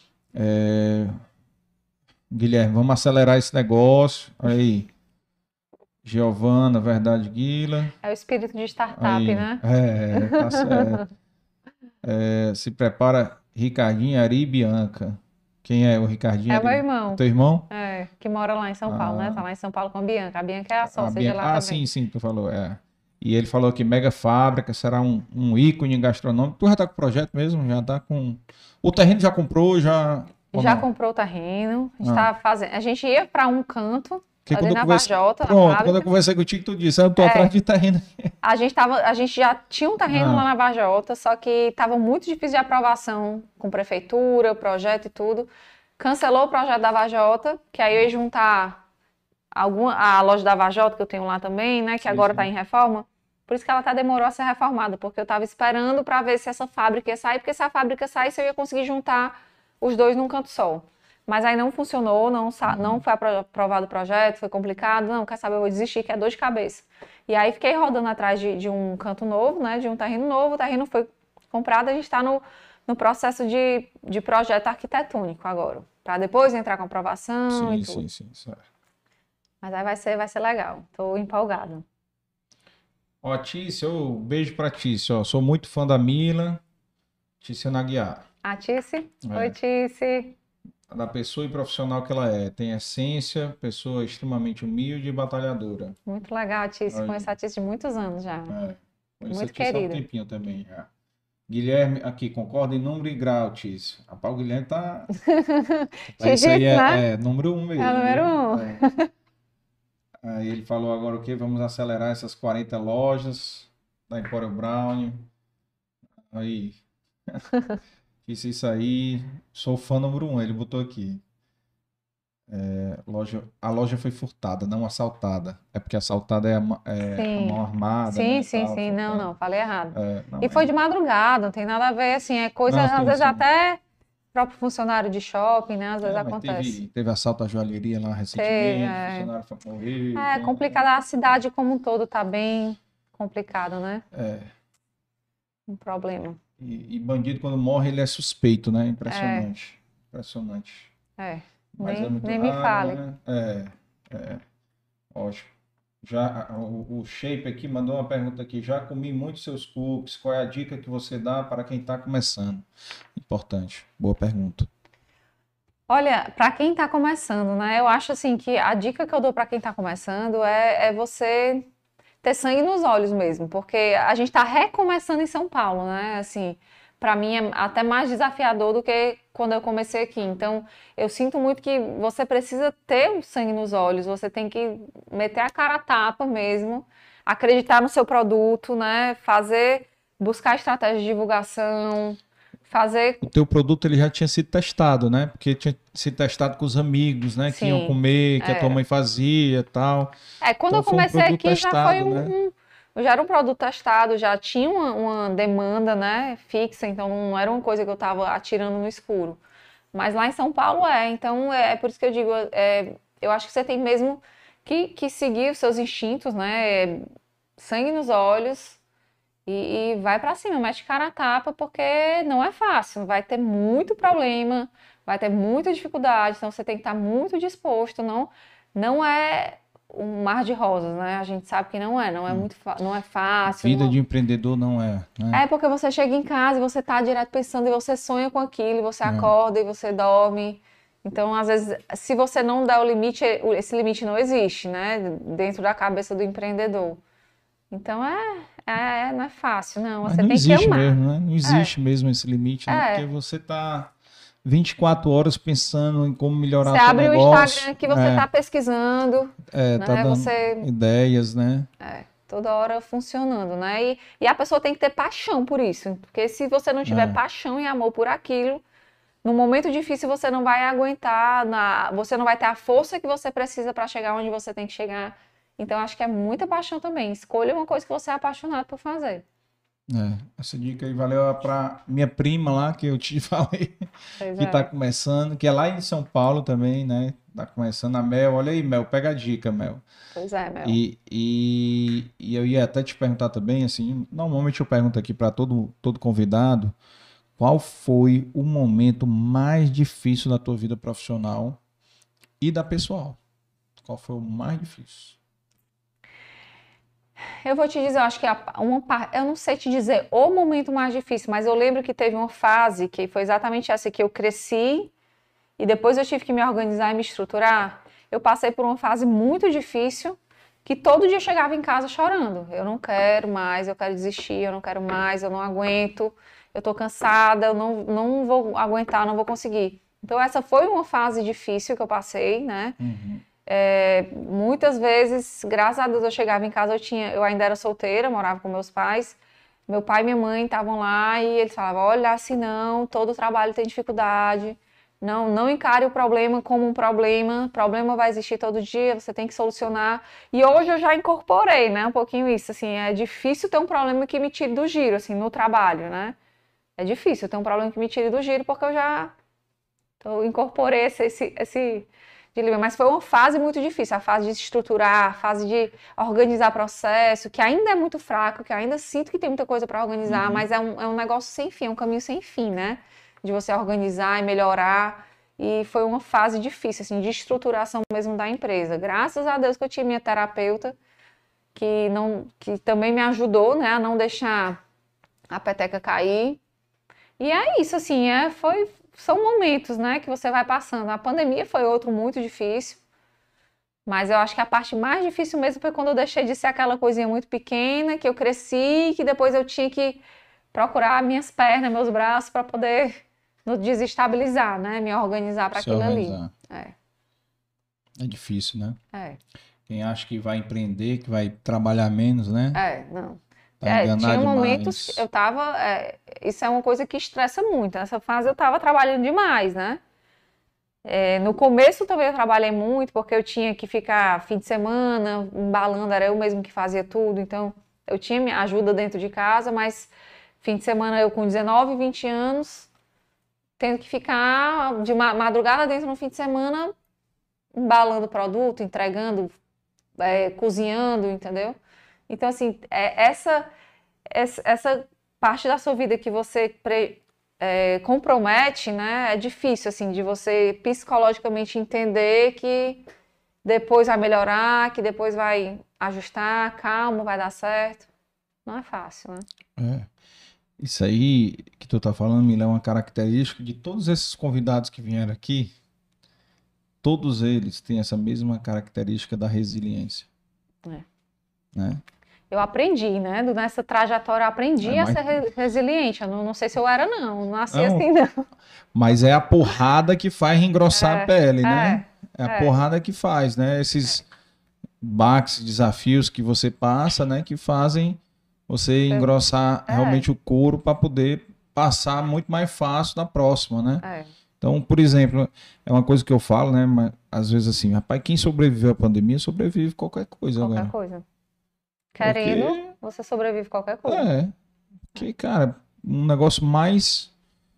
É, Guilherme, vamos acelerar esse negócio. Aí, Giovana, Verdade Guila. É o espírito de startup, Aí, né? é, tá certo. É, se prepara Ricardinho, Ari e Bianca. Quem é o Ricardinho? É Ari? meu irmão. Teu irmão? É, que mora lá em São Paulo, né? Ah. Tá lá em São Paulo com a Bianca. A Bianca é a A sócia de Bianca- lá Ah, também. sim, sim, tu falou, é. E ele falou que Mega Fábrica será um, um ícone gastronômico. Tu já tá com o projeto mesmo? Já tá com... O terreno já comprou, já... ou Já não? comprou o terreno. A gente, Ah. tá fazendo... a gente ia para um canto, Porque ali quando eu na conversei- Vajota, na Pronto, quando eu fábrica. conversei contigo, tu disse, "Ah, eu tô É. atrás de terreno." A gente, tava, a gente já tinha um terreno Ah. lá na Vajota, só que estava muito difícil de aprovação com prefeitura, projeto e tudo. Cancelou o projeto da Vajota, que aí eu ia juntar alguma, a loja da Vajota, que eu tenho lá também, né? Que Sim, agora sim. está em reforma. Por isso que ela até demorou a ser reformada, porque eu estava esperando para ver se essa fábrica ia sair, porque se a fábrica saísse, eu ia conseguir juntar os dois num canto só. Mas aí não funcionou, não, sa- não foi apro- aprovado o projeto, foi complicado. Não, quer saber, eu vou desistir, que é dor de cabeça. E aí fiquei rodando atrás de, de um canto novo, né? De um terreno novo. O terreno foi comprado, a gente está no, no processo de, de projeto arquitetônico agora. Para depois entrar com aprovação Sim, e tudo. sim, sim. Certo. Mas aí vai ser, vai ser legal. Tô empolgada. Ó, Tícia, ô, beijo pra Tícia, ó. Sou muito fã da Mila. Tícia Naguiar. A Tice? É. Oi, Tice. Da pessoa e profissional que ela é. Tem essência, pessoa extremamente humilde e batalhadora. Muito legal, Tice. Aí. Conheço a Tice de muitos anos já. É. Conheço Muito a Tícia há um querida. tempinho também. já. Guilherme, aqui, concorda em número e grau, Tícia. Rapaz, o Guilherme tá... Te Isso aí disse, é, né? é número um mesmo. É o número viu? um. É. Aí ele falou agora o quê? Vamos acelerar essas quarenta lojas da Empório Brown. Aí. Fiz isso aí. Sou fã número um, ele botou aqui. É, loja, a loja foi furtada, não assaltada. É porque assaltada é a, ma- é a Sim. mão armada. Sim, né, sim, tal, sim. Não, furtada. não, falei errado. É, não, E foi é- de madrugada, não tem nada a ver, assim, é coisa, Não, às sim, vezes sim. até próprio funcionário de shopping, né? Às vezes é, mas acontece. Teve, teve assalto à joalheria lá recentemente, é. funcionário foi morrer. É tem- complicado, a cidade como um todo tá bem complicada, né? É. Um problema. E, e bandido, quando morre, ele é suspeito, né? Impressionante. Impressionante. É, Mas nem, é muito nem me raro, fale. né? É, é. Ótimo. Já o, o Shape aqui mandou uma pergunta aqui. Já comi muitos seus cookies. Qual é a dica que você dá para quem está começando? Importante. Boa pergunta. Olha, para quem está começando, né? Eu acho assim que a dica que eu dou para quem está começando é, é você ter sangue nos olhos mesmo, porque a gente está recomeçando em São Paulo, né? Assim, para mim é até mais desafiador do que quando eu comecei aqui. Então, eu sinto muito que você precisa ter o sangue nos olhos, você tem que meter a cara a tapa mesmo, acreditar no seu produto, né? Fazer, buscar estratégia de divulgação, fazer. O teu produto ele já tinha sido testado, né? Porque tinha sido testado com os amigos, né? Que iam Sim, comer, que a tua era. mãe fazia e tal. É, quando Então eu foi um comecei produto aqui já foi testado, né? um, um- já era um produto testado, já tinha uma, uma demanda, né, fixa, então não era uma coisa que eu estava atirando no escuro. Mas lá em São Paulo é, então é, é por isso que eu digo, é, eu acho que você tem mesmo que, que seguir os seus instintos, né, é, sangue nos olhos e, e vai pra cima, mete cara a tapa, porque não é fácil, vai ter muito problema, vai ter muita dificuldade, então você tem que estar muito disposto, não, não é um mar de rosas, né? A gente sabe que não é, não é muito, fa- não é fácil, Vida não- de empreendedor não é, né? é porque você chega em casa e você tá direto pensando e você sonha com aquilo, e você É. acorda e você dorme. Então, às vezes, se você não dá o limite, esse limite não existe, né? Dentro da cabeça do empreendedor. Então, é, é, não é fácil, não. Mas Você não tem que existe amar. mesmo, né? Não existe mesmo esse limite, né? Porque É. você tá vinte e quatro horas pensando em como melhorar Você o teu abre o negócio. Instagram que você está pesquisando, É, é, tá né? dando Você, ideias, né? é, toda hora funcionando, né? E, e a pessoa tem que ter paixão por isso. Porque se você não tiver É. paixão e amor por aquilo, no momento difícil você não vai aguentar, na, você não vai ter a força que você precisa para chegar onde você tem que chegar. Então, acho que é muita paixão também. Escolha uma coisa que você é apaixonado por fazer. É, essa dica aí valeu para minha prima lá, que eu te falei, Pois que tá é. começando, que é lá em São Paulo também, né? Tá começando a Mel. Olha aí, Mel, pega a dica, Mel. Pois é, Mel. E, e, e eu ia até te perguntar também, assim, normalmente eu pergunto aqui para todo, todo convidado, qual foi o momento mais difícil da tua vida profissional e da pessoal? Qual foi o mais difícil? Eu vou te dizer, eu acho que a- uma par- eu não sei te dizer o momento mais difícil, mas eu lembro que teve uma fase que foi exatamente essa que eu cresci e depois eu tive que me organizar e me estruturar. Eu passei por uma fase muito difícil que todo dia eu chegava em casa chorando. Eu não quero mais, eu quero desistir, eu não quero mais, eu não aguento, eu tô cansada, eu não, não vou aguentar, não vou conseguir. Então essa foi uma fase difícil que eu passei, né? Uhum. É, muitas vezes, graças a Deus, eu chegava em casa, eu tinha, eu ainda era solteira, morava com meus pais. Meu pai e minha mãe estavam lá e eles falavam: olha, assim não, todo trabalho tem dificuldade. Não, não encare o problema como um problema. O problema vai existir todo dia, você tem que solucionar. E hoje eu já incorporei, né, um pouquinho isso. Assim, é difícil ter um problema que me tire do giro, assim, no trabalho, né? É difícil ter um problema que me tire do giro porque eu já eu incorporei esse, esse, esse dilema. Mas foi uma fase muito difícil, a fase de se estruturar, a fase de organizar processo, que ainda é muito fraco, que eu ainda sinto que tem muita coisa para organizar, Uhum. mas é um, é um negócio sem fim, é um caminho sem fim, né? De você organizar e melhorar. E foi uma fase difícil, assim, de estruturação mesmo da empresa. Graças a Deus que eu tinha minha terapeuta, que, não, que também me ajudou, né, a não deixar a peteca cair. E é isso, assim, é, foi, são momentos, né, que você vai passando. A pandemia foi outro muito difícil, mas eu acho que a parte mais difícil mesmo foi quando eu deixei de ser aquela coisinha muito pequena, que eu cresci, que depois eu tinha que procurar minhas pernas, meus braços para poder nos desestabilizar, né, me organizar para Se aquilo ali. organizar. É, É difícil, né? é, Quem acha que vai empreender, que vai trabalhar menos, né? é, não. Tá É, enganado tinha demais. momentos que eu tava. É, isso é uma coisa que estressa muito. Nessa fase eu tava trabalhando demais, né? É, no começo também eu trabalhei muito, porque eu tinha que ficar fim de semana embalando, era eu mesmo que fazia tudo. Então eu tinha minha ajuda dentro de casa, mas fim de semana eu com dezenove, vinte anos, tendo que ficar de ma- madrugada dentro no fim de semana, embalando produto, entregando, é, cozinhando, entendeu? Então, assim, é, essa, essa, essa parte da sua vida que você pre- é, compromete, né, é difícil, assim, de você psicologicamente entender que, depois vai melhorar, que depois vai ajustar, calma, vai dar certo. Não é fácil, né? É. Isso aí que tu tá falando, Mila, é uma característica de todos esses convidados que vieram aqui. Todos eles têm essa mesma característica da resiliência. É. Né? Eu aprendi, né? Nessa trajetória eu aprendi É, a mas- ser re- resiliente. Eu não, não sei se eu era, não. Não nasci Não. assim, não. Mas é a porrada que faz engrossar É, a pele, né? É a é. porrada que faz, né? Esses baques, desafios que você passa, né? Que fazem você engrossar É. realmente o couro para poder passar muito mais fácil na próxima, né? É. Então, por exemplo, é uma coisa que eu falo, né? Mas às vezes assim, rapaz, quem sobreviveu à pandemia sobrevive qualquer coisa Qualquer agora. coisa. Querendo, você sobrevive a qualquer coisa. É, que, cara, um negócio mais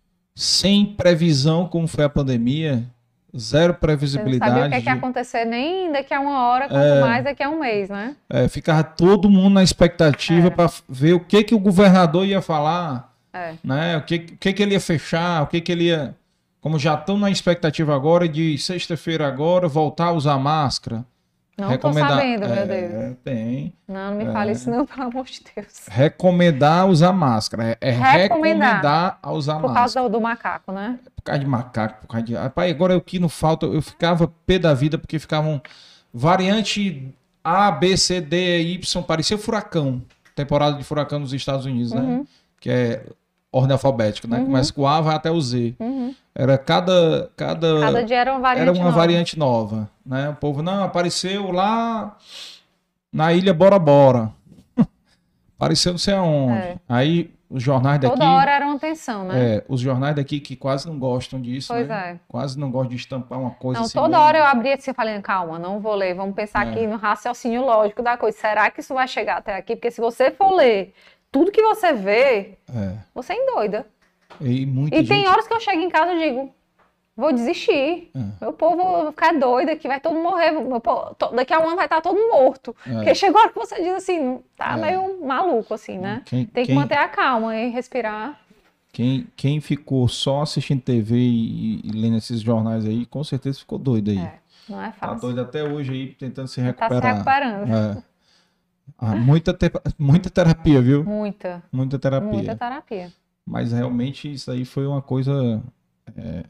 sem previsão como foi a pandemia, zero Você não previsibilidade. sabia o que, é que ia de- acontecer nem daqui a uma hora, quanto É. mais daqui a um mês, né? é, ficava todo mundo na expectativa É. para ver o que que o governador ia falar, É. né? O que, o que que ele ia fechar, o que que ele ia... Como já estão na expectativa agora de sexta-feira agora voltar a usar máscara. Não Recomendar- tô sabendo, meu é, Deus. Tem. Não, não me É. fale isso não, pelo amor de Deus. Recomendar usar máscara. É, é Recomendar. recomendar a usar Por máscara. causa do, do macaco, né? Por causa de macaco, por causa de... Rapaz, agora o que não falta, eu ficava pé da vida porque ficavam variante A, B, C, D, Y, parecia furacão. Temporada de furacão nos Estados Unidos, né? Uhum. Que é ordem alfabética, né? Uhum. Começa com o A, vai até o Z. Uhum. Era cada... cada... Cada dia era uma variante Era uma nova. variante nova, né? O povo, não, apareceu lá na ilha Bora Bora. Apareceu não sei aonde. É. Aí os jornais daqui... Toda hora era uma tensão, né? É, os jornais daqui que quase não gostam disso, Pois né? é. Quase não gostam de estampar uma coisa Não, assim. toda mesmo. hora eu abria assim e falei, calma, não vou ler, vamos pensar É. aqui no raciocínio lógico da coisa. Será que isso vai chegar até aqui? Porque se você for ler tudo que você vê, É. você endoida. E muita E gente... tem horas que eu chego em casa e digo, vou desistir. É. Meu povo vai ficar doido aqui, vai todo morrer. Meu povo- to- daqui a um ano vai estar todo morto. É. Porque chegou a hora que você diz assim, tá É. meio maluco assim, né? Quem, Tem que quem, manter a calma e respirar. quem, quem ficou só assistindo T V e, e lendo esses jornais aí, com certeza ficou doido aí. É, não é Tá fácil. doido até hoje aí, tentando se Tá se recuperar. recuperando. É. Ah, muita, te- muita terapia, viu? Muita, Muita terapia. muita terapia. Mas realmente isso aí foi uma coisa é,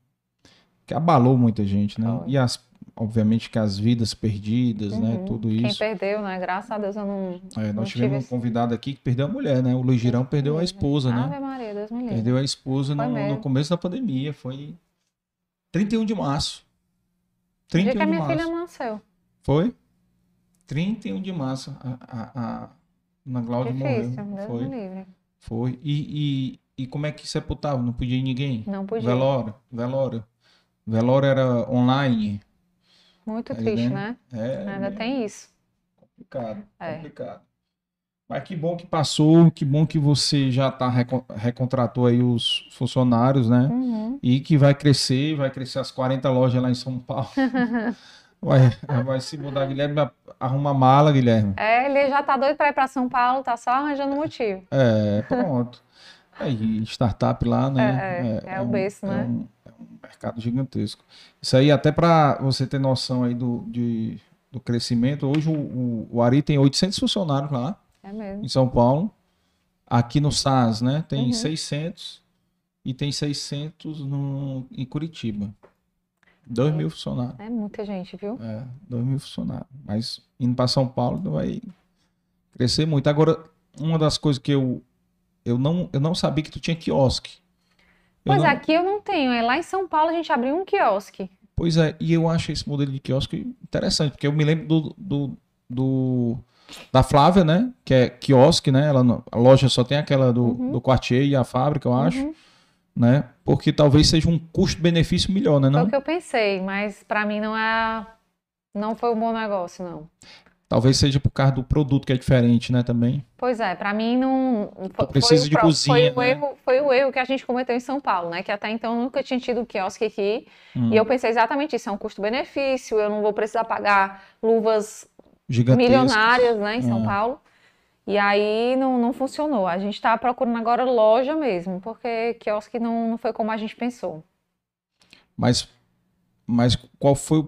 que abalou muita gente, né? Foi. E as, obviamente que as vidas perdidas, né? Uhum. Tudo Quem isso. perdeu, né? Graças a Deus eu não. É, não nós tive tivemos um esse- convidado aqui que perdeu a mulher, né? O Luiz Girão perdeu a esposa, né? Ave Maria, Deus me livre. Perdeu a esposa Foi no, mesmo. no começo da pandemia. Foi trinta e um de março. O dia trinta e que um a de minha março. filha nasceu. Foi? trinta e um de março. A, a, a Ana Cláudia Difícil, morreu. Deus Foi. me livre. Foi. E, e, e como é que sepultava? Não podia ir ninguém? Não podia. Velório. Velório. Velório era online. Muito Aí, triste, né? né? É, Ainda meio tem isso. complicado. É. Complicado. Mas que bom que passou, que bom que você já tá recon- recontratou aí os funcionários, né? Uhum. E que vai crescer, vai crescer as quarenta lojas lá em São Paulo. Vai, vai se mudar, Guilherme, arruma mala, Guilherme. É, ele já tá doido pra ir pra São Paulo, tá só arranjando motivo. É, pronto. Aí, startup lá, né? É, é, é o berço, é né? um, é um mercado gigantesco. Isso aí, até para você ter noção aí do, de, do crescimento, hoje o, o, o Ari tem oitocentos funcionários lá É mesmo. em São Paulo. Aqui no SaaS, né? Tem Uhum. seiscentos e tem seiscentos no, em Curitiba. dois mil funcionários. É muita gente, viu? É, dois mil funcionários. Mas indo para São Paulo vai crescer muito. Agora, uma das coisas que eu, eu, não, eu não sabia que tu tinha quiosque. Eu Pois não- aqui eu não tenho. É lá em São Paulo a gente abriu um quiosque. Pois é, e eu acho esse modelo de quiosque interessante, porque eu me lembro do, do, do- da Flávia, né? Que é quiosque, né? Ela, não- a loja só tem aquela do, Uhum. do Quartier e a fábrica, eu acho, Uhum. né? Porque talvez seja um custo-benefício melhor, né? Foi Não? o que eu pensei, mas pra mim não é. Não foi um bom negócio, não. Talvez seja por causa do produto que é diferente, né? Também. Pois é, pra mim não. Foi, precisa foi o de pro- cozinha, foi o né? erro, foi o erro que a gente cometeu em São Paulo, né? Que até então eu nunca tinha tido quiosque aqui. Hum, E eu pensei exatamente isso: é um custo-benefício, eu não vou precisar pagar luvas gigantesco. milionárias, né, em São É. Paulo. E aí não, não funcionou. A gente tá procurando agora loja mesmo, porque quiosque não, não foi como a gente pensou. Mas, mas qual foi o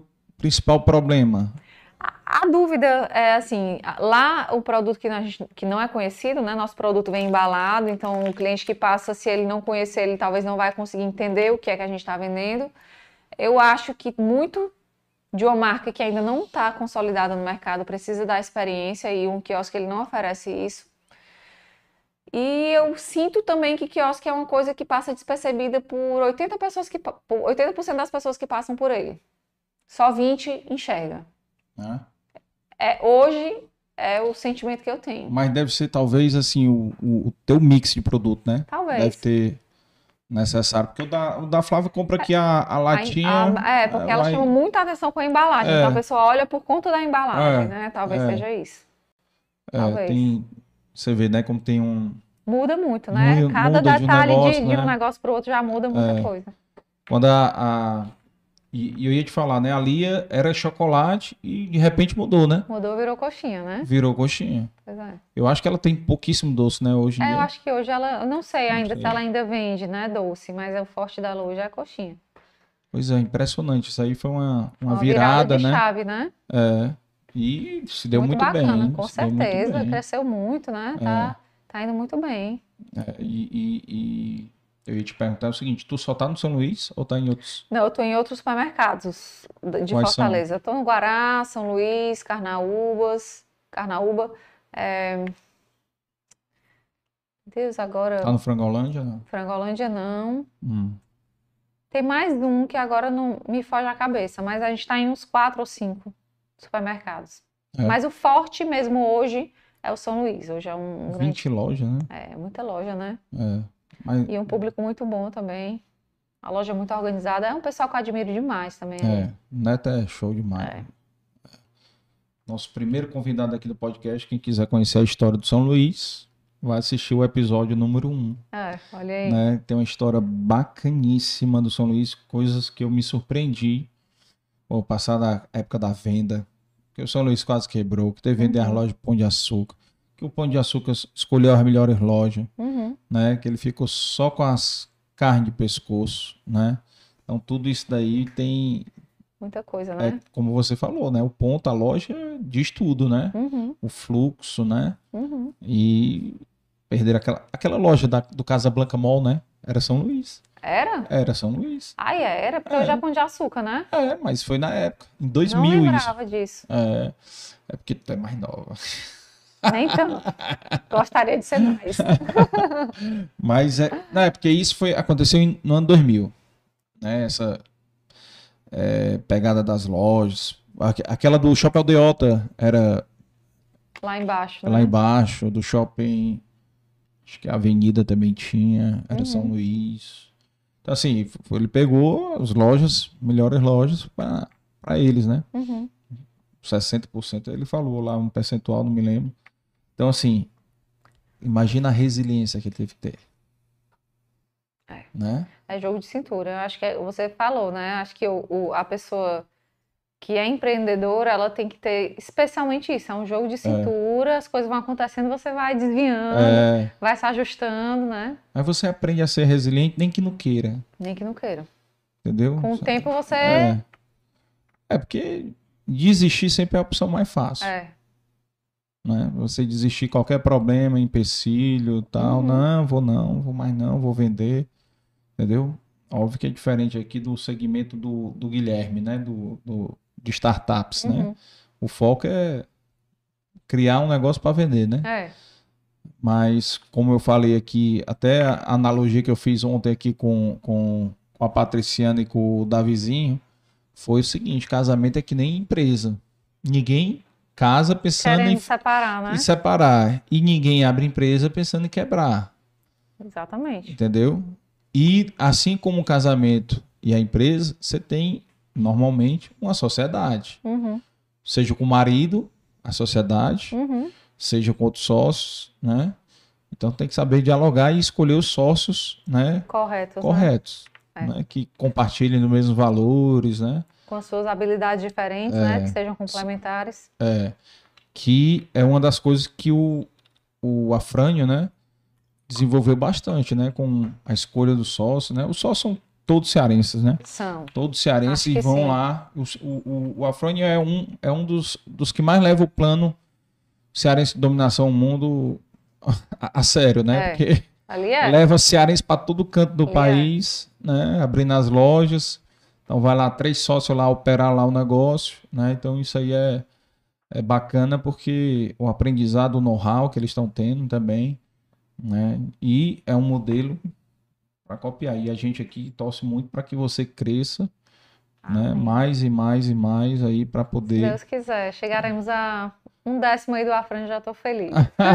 principal problema? A dúvida é assim, lá o produto que, nós, que não é conhecido, né? Nosso produto vem embalado, então o cliente que passa, se ele não conhecer, ele talvez não vai conseguir entender o que é que a gente está vendendo. Eu acho que muito de uma marca que ainda não está consolidada no mercado precisa dar experiência e um quiosque ele não oferece isso. E eu sinto também que quiosque é uma coisa que passa despercebida por oitenta pessoas que, por oitenta por cento das pessoas que passam por ele. Só vinte enxerga. Né? É, hoje é o sentimento que eu tenho. Mas deve ser talvez assim o, o, o teu mix de produto, né? Talvez. Deve ter necessário. Porque o da, o da Flávia compra aqui a, a latinha. A- é, porque ela vai- chama muita atenção com a embalagem. É. Então a pessoa olha por conta da embalagem, É, né? Talvez é. seja isso. é, talvez. tem, você vê, né? Como tem um. Muda muito, né? Muda- Cada muda de um detalhe de, negócio, de né? um negócio pro outro já muda muita É. coisa. Quando a. a e, e eu ia te falar, né? A Lia era chocolate e de repente mudou, né? Mudou, virou coxinha, né? Virou coxinha. Pois é. Eu acho que ela tem pouquíssimo doce, né? Hoje em É, eu dia. acho que hoje ela, eu não sei Não ainda sei. se ela ainda vende, né, doce, mas o forte dela hoje é a coxinha. Pois é, impressionante. Isso aí foi uma, uma, Uma virada, de né? chave, né? É. E se deu muito, bacana, bem. com se deu muito certeza. bem. Cresceu muito, né? Tá, tá indo muito bem. É, e, e- e eu ia te perguntar o seguinte: tu só tá no São Luís ou tá em outros? Não, eu tô em outros supermercados de Quais são? Fortaleza. Eu tô no Guará, São Luís, Carnaúbas, Carnaúba. É... Deus, agora. Tá no Frangolândia? Não. Frangolândia não. Hum. Tem mais um que agora não me foge a cabeça, mas a gente tá em uns quatro ou cinco supermercados. É. Mas o forte mesmo hoje é o São Luís. Hoje é um, um grande. vinte lojas, né? É, muita loja, né? É. Mas, E um público muito bom também. A loja é muito organizada. É um pessoal que eu admiro demais também. é, Neto é show demais. É. Nosso primeiro convidado aqui do podcast, quem quiser conhecer a história do São Luís, vai assistir o episódio número um. É, olha aí. Né? Tem uma história bacaníssima do São Luís, coisas que eu me surpreendi. Ou passar da época da venda, que o São Luís quase quebrou, que teve vender as lojas de Pão de Açúcar, que o Pão de Açúcar escolheu as melhores lojas, Uhum. né? Que ele ficou só com as carnes de pescoço, né? Então tudo isso daí tem, Muita coisa, é, né? como você falou, né? O ponto, a loja diz tudo, né? Uhum. O fluxo, né? Uhum. E perder aquela, aquela loja da, do Casablanca Mall, né? Era São Luís. Era? Era São Luís. Ah, é, era, porque É. hoje é Pão de Açúcar, né? É, mas foi na época, em Não dois mil isso. lembrava disso. É, é porque tu é mais nova. Nem tanto. Gostaria de ser mais. Mas é, não, é porque isso foi, aconteceu em- no ano dois mil. Né? Essa é, pegada das lojas. Aque- Aquela do Shopping Aldeota era Lá embaixo, né? lá embaixo, do shopping. Acho que a Avenida também tinha, era Uhum. São Luís. Então, assim, f- ele pegou as lojas, melhores lojas, para eles, né? Uhum. sessenta por cento ele falou lá, um percentual, não me lembro. Então, assim, imagina a resiliência que ele teve que ter. É. Né? É jogo de cintura. Eu acho que é- você falou, né? Acho que o, o- a pessoa que é empreendedora, ela tem que ter especialmente isso. É um jogo de cintura, as coisas vão acontecendo, você vai desviando, É, vai se ajustando, né? mas você aprende a ser resiliente, nem que não queira, Nem que não queira. entendeu? Com o tempo você. É. É porque desistir sempre é a opção mais fácil. É. Né? Você desistir qualquer problema, empecilho, tal, Uhum. não, vou não, vou mais não, vou vender, entendeu? Óbvio que é diferente aqui do segmento do, do Guilherme, né? Do, do, de startups, né? Uhum. O foco é criar um negócio para vender, né? É. Mas, como eu falei aqui, até a analogia que eu fiz ontem aqui com, com, com a Patriciana e com o Davizinho, foi o seguinte, casamento é que nem empresa. Ninguém casa pensando Querendo em, separar, né? em separar. E ninguém abre empresa pensando em quebrar. Exatamente. Entendeu? E assim como o casamento e a empresa, você tem, normalmente, uma sociedade. Uhum. Seja com o marido, a sociedade, Uhum. seja com outros sócios, né? Então tem que saber dialogar e escolher os sócios, né, Correto. Né? corretos, É. né, que compartilhem os mesmos valores, né? Com as suas habilidades diferentes, né? Que sejam complementares. É, que é uma das coisas que o, o Afrânio, né, desenvolveu bastante, né, com a escolha do sócio, né? Os sócios são todos cearenses, né? São. Todos cearenses Acho que vão sim. lá. O, o, o Afrônio é um, é um dos, dos que mais leva o plano cearense de dominação ao mundo a, a sério, né? É. Porque Ali é. leva cearense para todo canto do Ali país, né? Abrindo as lojas. Então vai lá três sócios lá operar lá o negócio, né? Então isso aí é, é bacana porque o aprendizado, o know-how que eles estão tendo também, né? E é um modelo para copiar. E a gente aqui torce muito para que você cresça, né? Amém. Mais e mais e mais aí para Se poder. Deus quiser, chegaremos a um décimo aí do Afrânio, já tô feliz.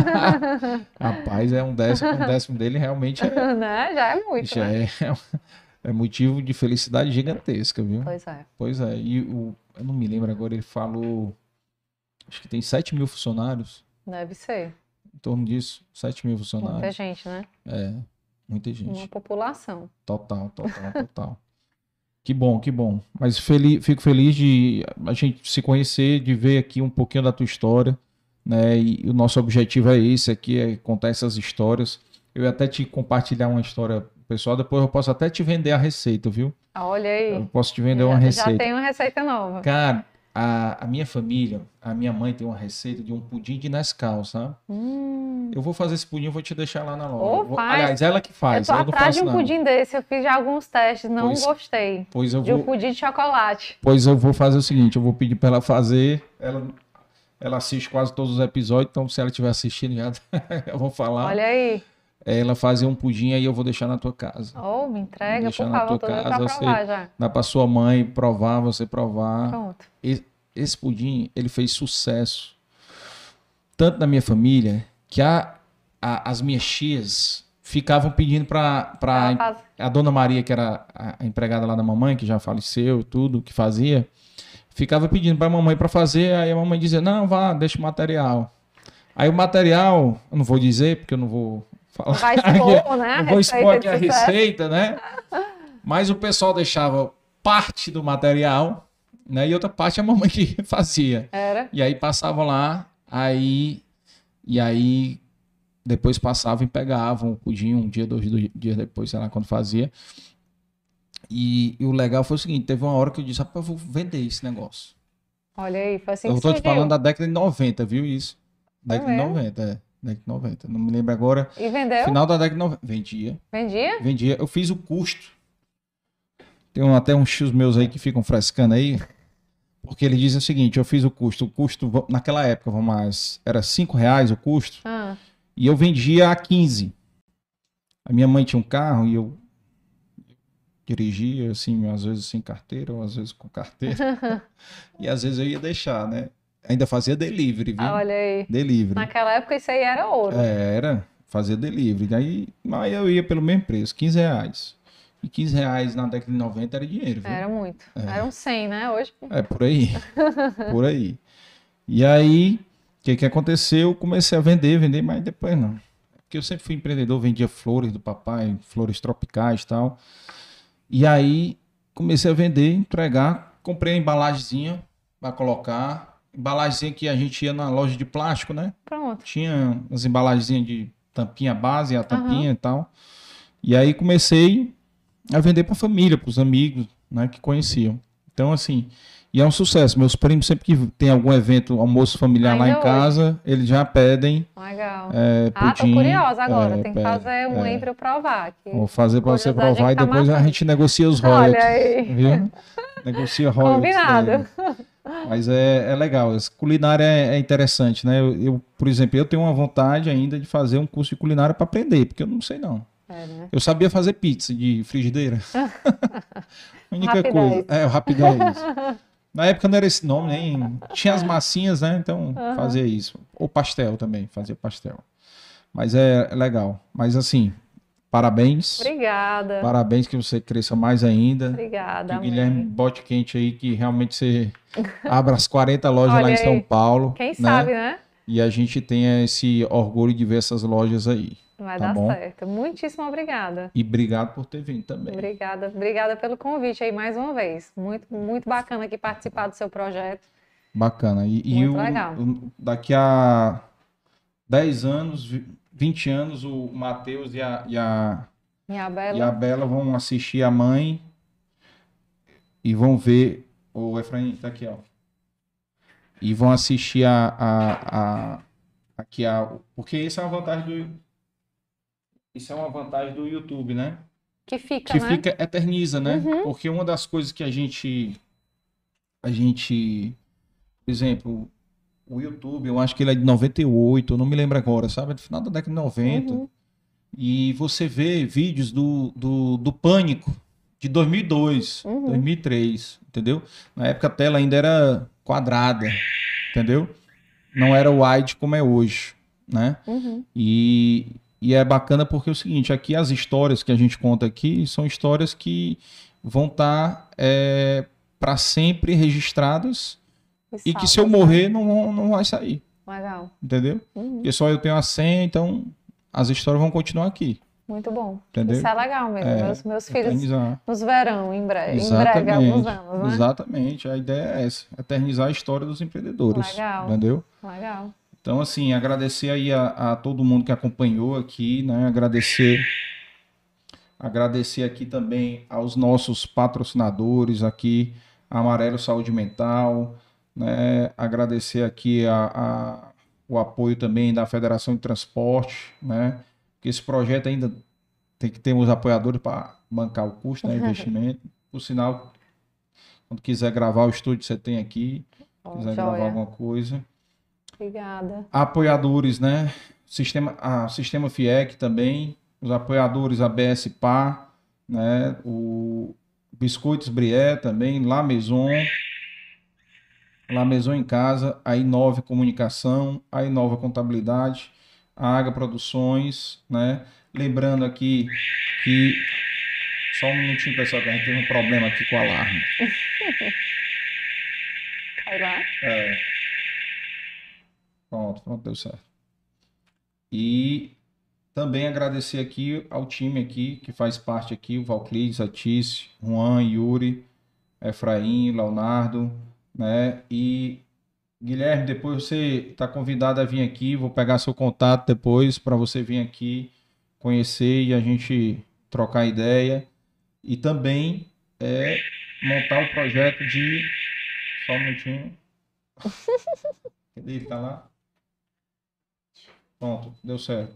Rapaz, é um décimo, um décimo dele realmente é, Né? Já é muito, já né? é, é motivo de felicidade gigantesca, viu? Pois é. Pois é. E o, eu não me lembro agora, ele falou, acho que tem sete mil funcionários, Deve ser. em torno disso, sete mil Muita funcionários. gente, né? É, muita Uma gente. população. Total, total, total. Que bom, que bom. Mas feliz, fico feliz de a gente se conhecer, de ver aqui um pouquinho da tua história, né? E, o nosso objetivo é esse aqui, é contar essas histórias. Eu ia até te compartilhar uma história pessoal, depois eu posso até te vender a receita, viu? Olha aí. Eu posso te vender uma já, já receita. tem uma receita nova. Cara, a, a minha família, a minha mãe tem uma receita de um pudim de Nescau, sabe? Hum. Eu vou fazer esse pudim, eu vou te deixar lá na loja. Ô, Eu vou- faz. aliás, ela que Eu faz, tô eu, não atrás de faço um não. pudim desse. Eu fiz já alguns testes, não Pois- gostei. Pois eu De um vou, pudim de chocolate. pois eu vou fazer o seguinte, eu vou pedir para ela fazer, ela, ela assiste quase todos os episódios, então se ela estiver assistindo já, eu vou falar. Olha aí. Ela fazer um pudim aí eu vou deixar na tua casa. Oh, me entrega, Deixa por na favor. tua Tô doida pra casa, provar você- já. Dá para sua mãe provar, você provar. Pronto. E- Esse pudim, ele fez sucesso tanto na minha família que a, a- as minhas tias ficavam pedindo para Ela faz- a dona Maria, que era a empregada lá da mamãe, que já faleceu, tudo que fazia, ficava pedindo para a mamãe para fazer, aí a mamãe dizia, não, vá, deixa o material. Aí o material, eu não vou dizer, porque eu não vou falar. Vai expor, né? Não vou expor aqui de a sucesso. receita, né? Mas o pessoal deixava parte do material, né? E outra parte a mamãe que fazia. Era. E aí passavam lá, aí e aí depois passavam e pegavam o pudim um dia, dois dias depois, sei lá quando fazia. E, e o legal foi o seguinte, teve uma hora que eu disse, rapaz, eu vou vender esse negócio. Olha aí, foi assim eu que tô te surgiu. falando da década de noventa, viu isso? Década de mesmo? noventa, é. Década de noventa. Não me lembro agora. E vendeu? Final da década de noventa. Vendia. Vendia? Vendia. Eu fiz o custo. Tem um- até uns tios meus aí que ficam frescando aí. Porque ele diz o seguinte, eu fiz o custo. O custo, naquela época, vamos mais, era cinco reais o custo. Ah, E eu vendia a quinze. A minha mãe tinha um carro e eu dirigia, assim, às vezes sem carteira, ou às vezes com carteira. E às vezes eu ia deixar, né? Ainda fazia delivery, viu? olha aí. Delivery. Naquela época isso aí era ouro. É, era, fazia delivery. Aí, aí eu ia pelo mesmo preço, quinze reais. E quinze reais na década de noventa era dinheiro, viu? Era muito. Era um cem, né? Hoje. É, por aí. Por aí. E aí, o que que aconteceu? Eu comecei a vender, vender, mas depois não. Porque eu sempre fui empreendedor, vendia flores do papai, flores tropicais e tal. E aí, comecei a vender, entregar. Comprei a embalagemzinha para colocar. Embalagemzinha que a gente ia na loja de plástico, né? Pronto. Tinha as embalagenzinhas de tampinha base, a tampinha e tal. E aí comecei a vender para família, para os amigos, né, que conheciam. Então, assim, e é um sucesso. Meus primos, sempre que tem algum evento, almoço familiar lá Ainda em hoje. casa, eles já pedem Legal. é, Ah, tô pudim. curiosa agora. é, Tem que pede, fazer um é. aí pra eu provar. Que... Vou fazer para você Curiosidade provar é e que tá depois a matando. gente negocia os Olha royalties. aí. Viu? Negocia royalties. Combinado. daí. Mas é, é legal. Essa culinária é, é interessante, né? Eu, eu, por exemplo, eu tenho uma vontade ainda de fazer um curso de culinária para aprender, porque eu não sei não. É, né? Eu sabia fazer pizza de frigideira. A única Rapidez. coisa. É, o rapidez. Na época não era esse nome, nem. Tinha as massinhas, né? Então fazia isso. Ou pastel também, fazia pastel. Mas é, é legal. Mas assim, parabéns. Obrigada. Parabéns que você cresça mais ainda. Obrigada. Que amém. Guilherme bote quente aí, que realmente você abra as quarenta lojas Olha lá em aí. São Paulo. Quem né? sabe, né? E a gente tenha esse orgulho de ver essas lojas aí. Vai Tá dar bom? certo. Muitíssimo obrigada. E obrigado por ter vindo também. Obrigada. Obrigada pelo convite aí mais uma vez. Muito, muito bacana aqui participar do seu projeto. Bacana. E, e Muito o- legal. o- daqui a dez anos, vi- vinte anos, o Matheus e a, e a, E a e Bela? a Bela vão assistir a mãe e vão ver. O Efraim tá aqui, ó. E vão assistir a, a, a aqui a. Porque isso é uma vantagem do. Isso é uma vantagem do YouTube, né? Que fica, Que né? fica, eterniza, né? Uhum. Porque uma das coisas que a gente. A gente. Por exemplo, o YouTube, eu acho que ele é de noventa e oito, eu não me lembro agora, sabe? É do final da década de noventa. Uhum. E você vê vídeos do, do, do Pânico de dois mil e dois, Uhum. dois mil e três, entendeu? Na época a tela ainda era quadrada, entendeu? Não era wide como é hoje, né? Uhum. E, e é bacana porque é o seguinte, aqui as histórias que a gente conta aqui são histórias que vão estar é, para sempre registradas e que se eu salva, morrer não, vão- não vai sair, sabe? Legal. entendeu? Uhum. Porque só eu tenho a senha, então as histórias vão continuar aqui, Muito bom. entendeu? Isso é legal mesmo. É, meus meus filhos eternizar. nos verão em breve, em breve, alguns anos, né? Exatamente, a ideia é essa, eternizar a história dos empreendedores, Legal. entendeu? Legal. Então, assim, agradecer aí a, a todo mundo que acompanhou aqui, né? Agradecer, agradecer aqui também aos nossos patrocinadores aqui, Amarelo Saúde Mental, né? Agradecer aqui a, a- o apoio também da Federação de Transporte, né? Porque esse projeto ainda tem que ter uns apoiadores para bancar o custo, né? Investimento. Por sinal, quando quiser gravar o estúdio, você tem aqui. Ó, Quiser gravar joia. alguma coisa. Obrigada. Apoiadores, né? Sistema, a Sistema FIEC também. Os apoiadores A B S P A, né? O Biscoitos Brié também, La Maison. La Maison em Casa, a Inove Comunicação, a Inova Contabilidade, a Aga Produções, né? Lembrando aqui que. Só um minutinho, pessoal, que a gente teve um problema aqui com o alarme. Vai lá. É. Pronto, pronto, deu certo. E também agradecer aqui ao time aqui, que faz parte aqui, o Valclides, a Tício, Juan, Yuri, Efraim, Leonardo, né? E Guilherme, depois você está convidado a vir aqui, vou pegar seu contato depois para você vir aqui conhecer e a gente trocar ideia. E também é, montar o projeto de... Só um minutinho. Cadê ele? Tá lá? Pronto, deu certo.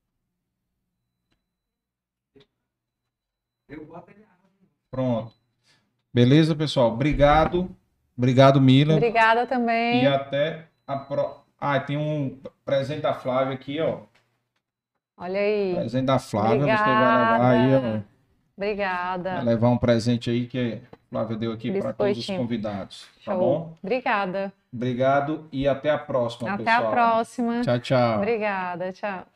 Eu boto ele. Pronto. Beleza, pessoal? Obrigado. Obrigado, Mila. Obrigada também. E até a pro... Ah, tem um presente da Flávia aqui, ó. Olha aí. Presente da Flávia, você vai Obrigada. levar aí, ó. Vai Obrigada. levar um presente aí que a Flávia deu aqui para todos os Biscoitinho. convidados. Tá Show. bom? Obrigada. Obrigado e até a próxima, Até pessoal. a próxima. Tchau, tchau. Obrigada. Tchau.